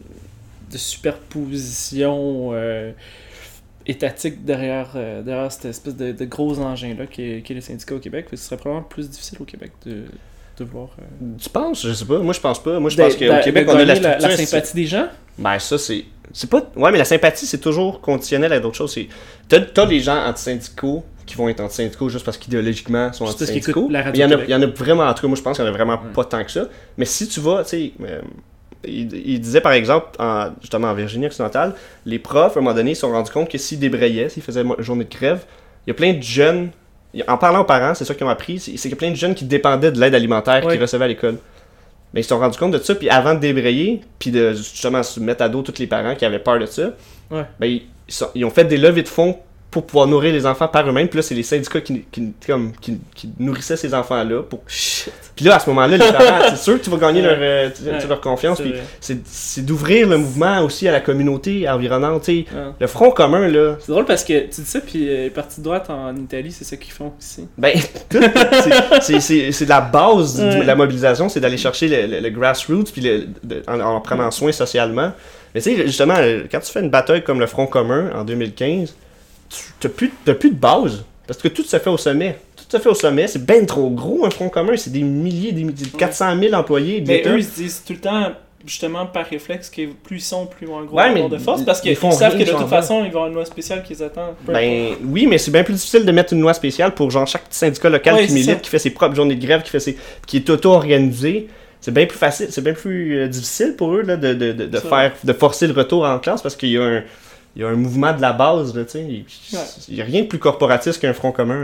de superposition euh, étatique derrière, euh, derrière cette espèce de, de gros engin-là qu'est, qu'est les syndicats au Québec. Ce serait probablement plus difficile au Québec de... de voir... Euh... Tu penses? Je sais pas. Moi, je pense pas. Moi, je pense qu'au Québec, on a la structure... La, la sympathie des gens? Ben, ça, c'est... C'est pas... Ouais, mais la sympathie, c'est toujours conditionnel à d'autres choses. C'est... T'as, t'as les gens anti-syndicaux qui vont être anti-syndicaux juste parce qu'idéologiquement sont anti-syndicaux. Il y, en a, il y en a vraiment... En tout cas, moi, je pense qu'il y en a vraiment mm. pas tant que ça. Mais si tu vas, tu sais... Euh, il, il disait, par exemple, en, justement, en Virginie-Occidentale, les profs, à un moment donné, ils se sont rendus compte que s'ils débrayaient, s'ils faisaient une journée de grève, il y a plein de jeunes... En parlant aux parents, c'est ça qu'ils ont appris, c'est, c'est qu'il y a plein de jeunes qui dépendaient de l'aide alimentaire ouais. qu'ils recevaient à l'école. Mais ils se sont rendus compte de ça, puis avant de débrayer, puis de justement se mettre à dos tous les parents qui avaient peur de ça, ouais. ben, ils, sont, ils ont fait des levées de fonds pour pouvoir nourrir les enfants par eux-mêmes. Puis là, c'est les syndicats qui, qui, comme, qui, qui nourrissaient ces enfants-là. Pour... Puis là, à ce moment-là, les parents, c'est sûr que tu vas gagner ouais. leur, euh, ouais. leur confiance. C'est, puis c'est, c'est d'ouvrir le mouvement aussi à la communauté environnante. Ouais. Le Front commun, là. C'est drôle parce que tu dis ça, puis les partis de droite en Italie, c'est ça qu'ils font ici. Ben, tout, c'est, c'est, c'est, c'est la base ouais. de la mobilisation, c'est d'aller chercher le, le, le grassroots, puis le, de, en, en prenant ouais. soin socialement. Mais tu sais, justement, quand tu fais une bataille comme le Front commun en deux mille quinze, tu n'as plus, plus de base. Parce que tout se fait au sommet. Tout se fait au sommet. C'est ben trop gros, un front commun. C'est des milliers, des milliers, quatre cent mille employés. Mais eux, ils se disent tout le temps, justement, par réflexe, que plus ils sont, plus ils vont un gros ouais, rapport de force. Parce qu'ils savent que de toute façon, il va y avoir une loi spéciale qui les attend. Ben oui, mais c'est bien plus difficile de mettre une loi spéciale pour genre chaque petit syndicat local ouais, qui milite, ça. Qui fait ses propres journées de grève, qui, fait ses, qui est auto-organisé. C'est bien plus facile, c'est bien plus euh, difficile pour eux là, de, de, de, de, faire, de forcer le retour en classe parce qu'il y a un... Il y a un mouvement de la base, là, tu sais. Il n'y a rien de plus corporatiste qu'un front commun, là.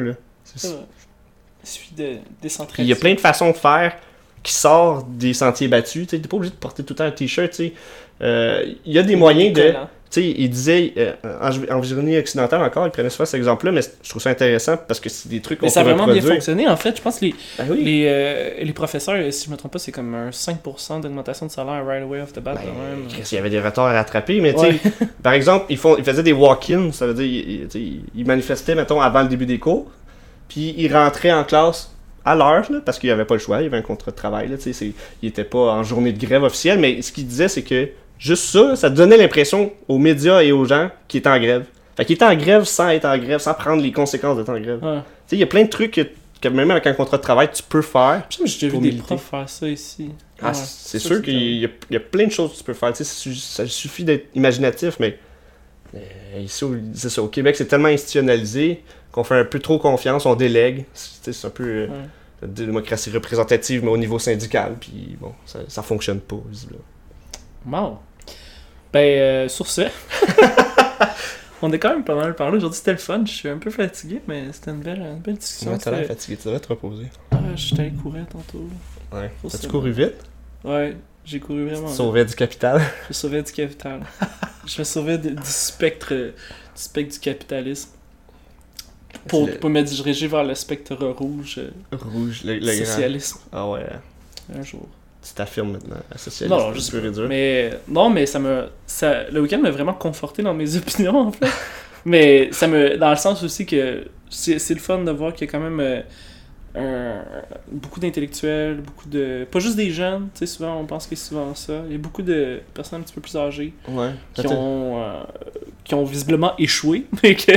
C'est vrai. Il suffit de Puis décentraliser. il y a plein de façons de faire qui sortent des sentiers battus. Tu sais, t'es pas obligé de porter tout le temps un t-shirt. Tu sais. Euh, il y a des moyens de. Tu sais, il disait, euh, en, en Virginie occidentale encore, il prenait souvent cet exemple-là, mais je trouve ça intéressant parce que c'est des trucs qu'on Mais ça a peut vraiment bien reproduire. fonctionné. En fait, je pense que les, Ben oui. les, euh, les professeurs, si je me trompe pas, c'est comme un cinq pour cent d'augmentation de salaire right away off the bat. Ben, quand même. Chris, il y avait des retards à rattraper, mais tu sais, Ouais. par exemple, ils, font, ils faisaient des walk-ins, ça veut dire, ils, ils, ils manifestaient, mettons, avant le début des cours, puis ils rentraient en classe à l'heure, là, parce qu'il n'y avait pas le choix, il y avait un contrat de travail, là, tu sais, c'est- ils n'étaient pas en journée de grève officielle, mais ce qu'ils disaient, c'est que juste ça, ça donnait l'impression aux médias et aux gens qu'ils étaient en grève. Fait qu'ils étaient en grève sans être en grève, sans prendre les conséquences d'être en grève. Ouais. Tu sais, il y a plein de trucs que, que même avec un contrat de travail, tu peux faire. Je sais que j'ai déjà Pour vu des militer. profs faire ça ici. Ah, Ouais. c'est Ça, sûr c'est qu'il y, a- il y a plein de choses que tu peux faire. Tu sais, ça suffit d'être imaginatif, mais euh, ici, au, c'est ça, au Québec, c'est tellement institutionnalisé qu'on fait un peu trop confiance, on délègue. C'est, tu sais, c'est un peu euh, Ouais. la démocratie représentative, mais au niveau syndical. Puis bon, ça, ça fonctionne pas, visiblement. Wow. Ben, euh, sur ce, on est quand même pas mal parlé. Aujourd'hui, c'était le fun. Je suis un peu fatigué, mais c'était une belle, une belle discussion. Ouais, t'as l'air C'était- fatigué, tu devrais te reposer. Ah, je suis allé courir tantôt. Ouais. Faut T'as-tu se- couru vite? Ouais, j'ai couru vraiment. Tu vite. sauvais du capital? Je me sauvais du capital. Je me sauvais de- du spectre du spectre du capitalisme. Pour, C'est le- pour me diriger vers le spectre rouge, euh, Rouge, le, le grand. socialisme, Ah ouais, un jour. tu t'affirmes maintenant, la socialiste. Non, non, je sais pur et dur. Mais non, mais ça me, ça, le week-end m'a vraiment conforté dans mes opinions en fait. Mais ça me, dans le sens aussi que c'est, c'est le fun de voir qu'il y a quand même euh, un- beaucoup d'intellectuels, beaucoup de, pas juste des jeunes. Tu sais, souvent on pense qu'il y a souvent ça. Il y a beaucoup de personnes un petit peu plus âgées Ouais. qui Attends. ont, euh, qui ont visiblement échoué, mais que...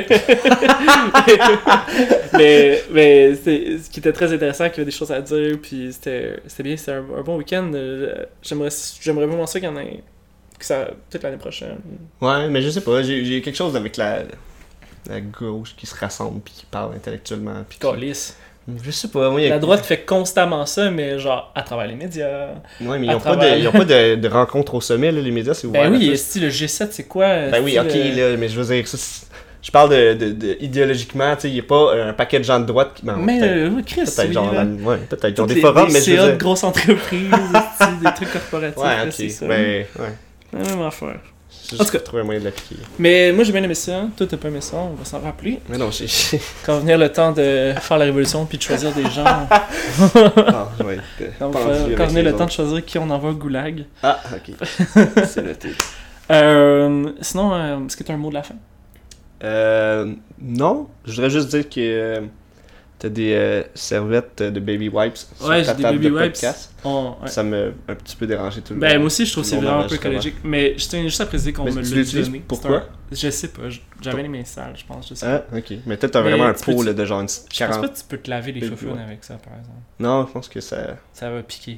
mais, mais c'est, ce qui était très intéressant, qu'il y avait des choses à dire, puis c'était, c'était bien, c'était un, un bon week-end. Euh, J'aimerais, j'aimerais vraiment ça qu'il y en ait, que ça, peut-être l'année prochaine. Ouais, mais je sais pas, j'ai, j'ai quelque chose avec la, la gauche qui se rassemble puis qui parle intellectuellement. Puis qui- Calice. Je sais pas, moi, il y a- La droite fait constamment ça, mais genre, à travers les médias. Ouais, mais ils à n'ont pas, de, travers- ils ont pas de, de rencontre au sommet, là, les médias, c'est ouvert. Ben à oui, tous. est-ce que le G sept, c'est quoi? Ben oui, est-ce ok, que le- là, mais je veux dire, ça, c'est- je parle de, de, de idéologiquement, tu sais, il n'y a pas un paquet de gens de droite qui. Ben, Mais, peut-être, euh, oui, Chris, peut-être oui, genre, là. la- ouais, peut-être, ils ont Toutes des les- forums, des mais je C A veux de dire. grosses entreprises, esti, des trucs corporatifs, Ouais, là, ok, c'est ça. ben, ouais. La même affaire. J'ai En tout cas. juste trouvé un moyen de l'appliquer. Mais moi j'ai bien aimé ça, toi t'as pas aimé ça, on va s'en rappeler. Mais non, j'ai. j'ai- Quand va venir le temps de faire la révolution puis de choisir des gens, Ah, je vais être, euh, quand, pendu va- avec quand venir les le temps de autres. choisir qui on envoie au goulag. Ah, ok. C'est noté. Euh, sinon, euh, est-ce que t'as un mot de la fin? Euh, non, je voudrais juste dire que euh, t'as des euh, servettes de baby wipes sur Ouais, ta j'ai des table baby de wipes. podcast. On- ouais. Ça m'a un petit peu dérangé tout le Ben monde. moi aussi je trouve que tout c'est le monde vraiment un lavage peu comment. écologique, mais je tiens juste à préciser qu'on Mais me tu l'a l'utilises donné. pourquoi? C'est un- Je sais pas, je- j'avais les mains sales, je pense, je sais Ah, pas. ok. Mais peut-être t'as Mais vraiment un tu peux- pot là, de genre une petite Je pense quarante. pas que tu peux te laver les Baby faufounes wipe. avec ça par exemple. Non, je pense que ça. Ça va piquer.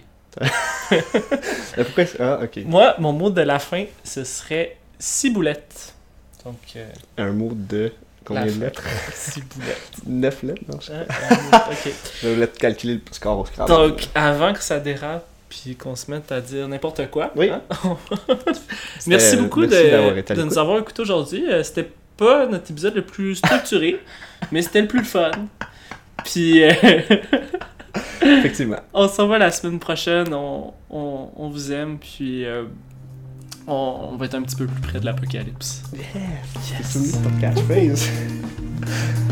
Mais pourquoi Ah, ok. Moi, mon mot de la fin, ce serait ciboulette. Donc, euh, Un mot de. Combien La de fin. lettres ciboulette. neuf lettres Non, je Hein, euh, ok. je vais te calculer le score au Scrabble. Donc, avant que ça dérape, puis qu'on se mette à dire n'importe quoi. Oui. hein, C'était- Merci beaucoup merci d'avoir de, été à de nous l'écoute. avoir écoutés aujourd'hui. Euh, C'était pas notre épisode le plus structuré, mais c'était le plus fun. Puis, euh, Effectivement. on se revoit la semaine prochaine. On, on, on vous aime, puis euh, on, on va être un petit peu plus près de l'apocalypse. Yes. C'est soumis ton catchphrase.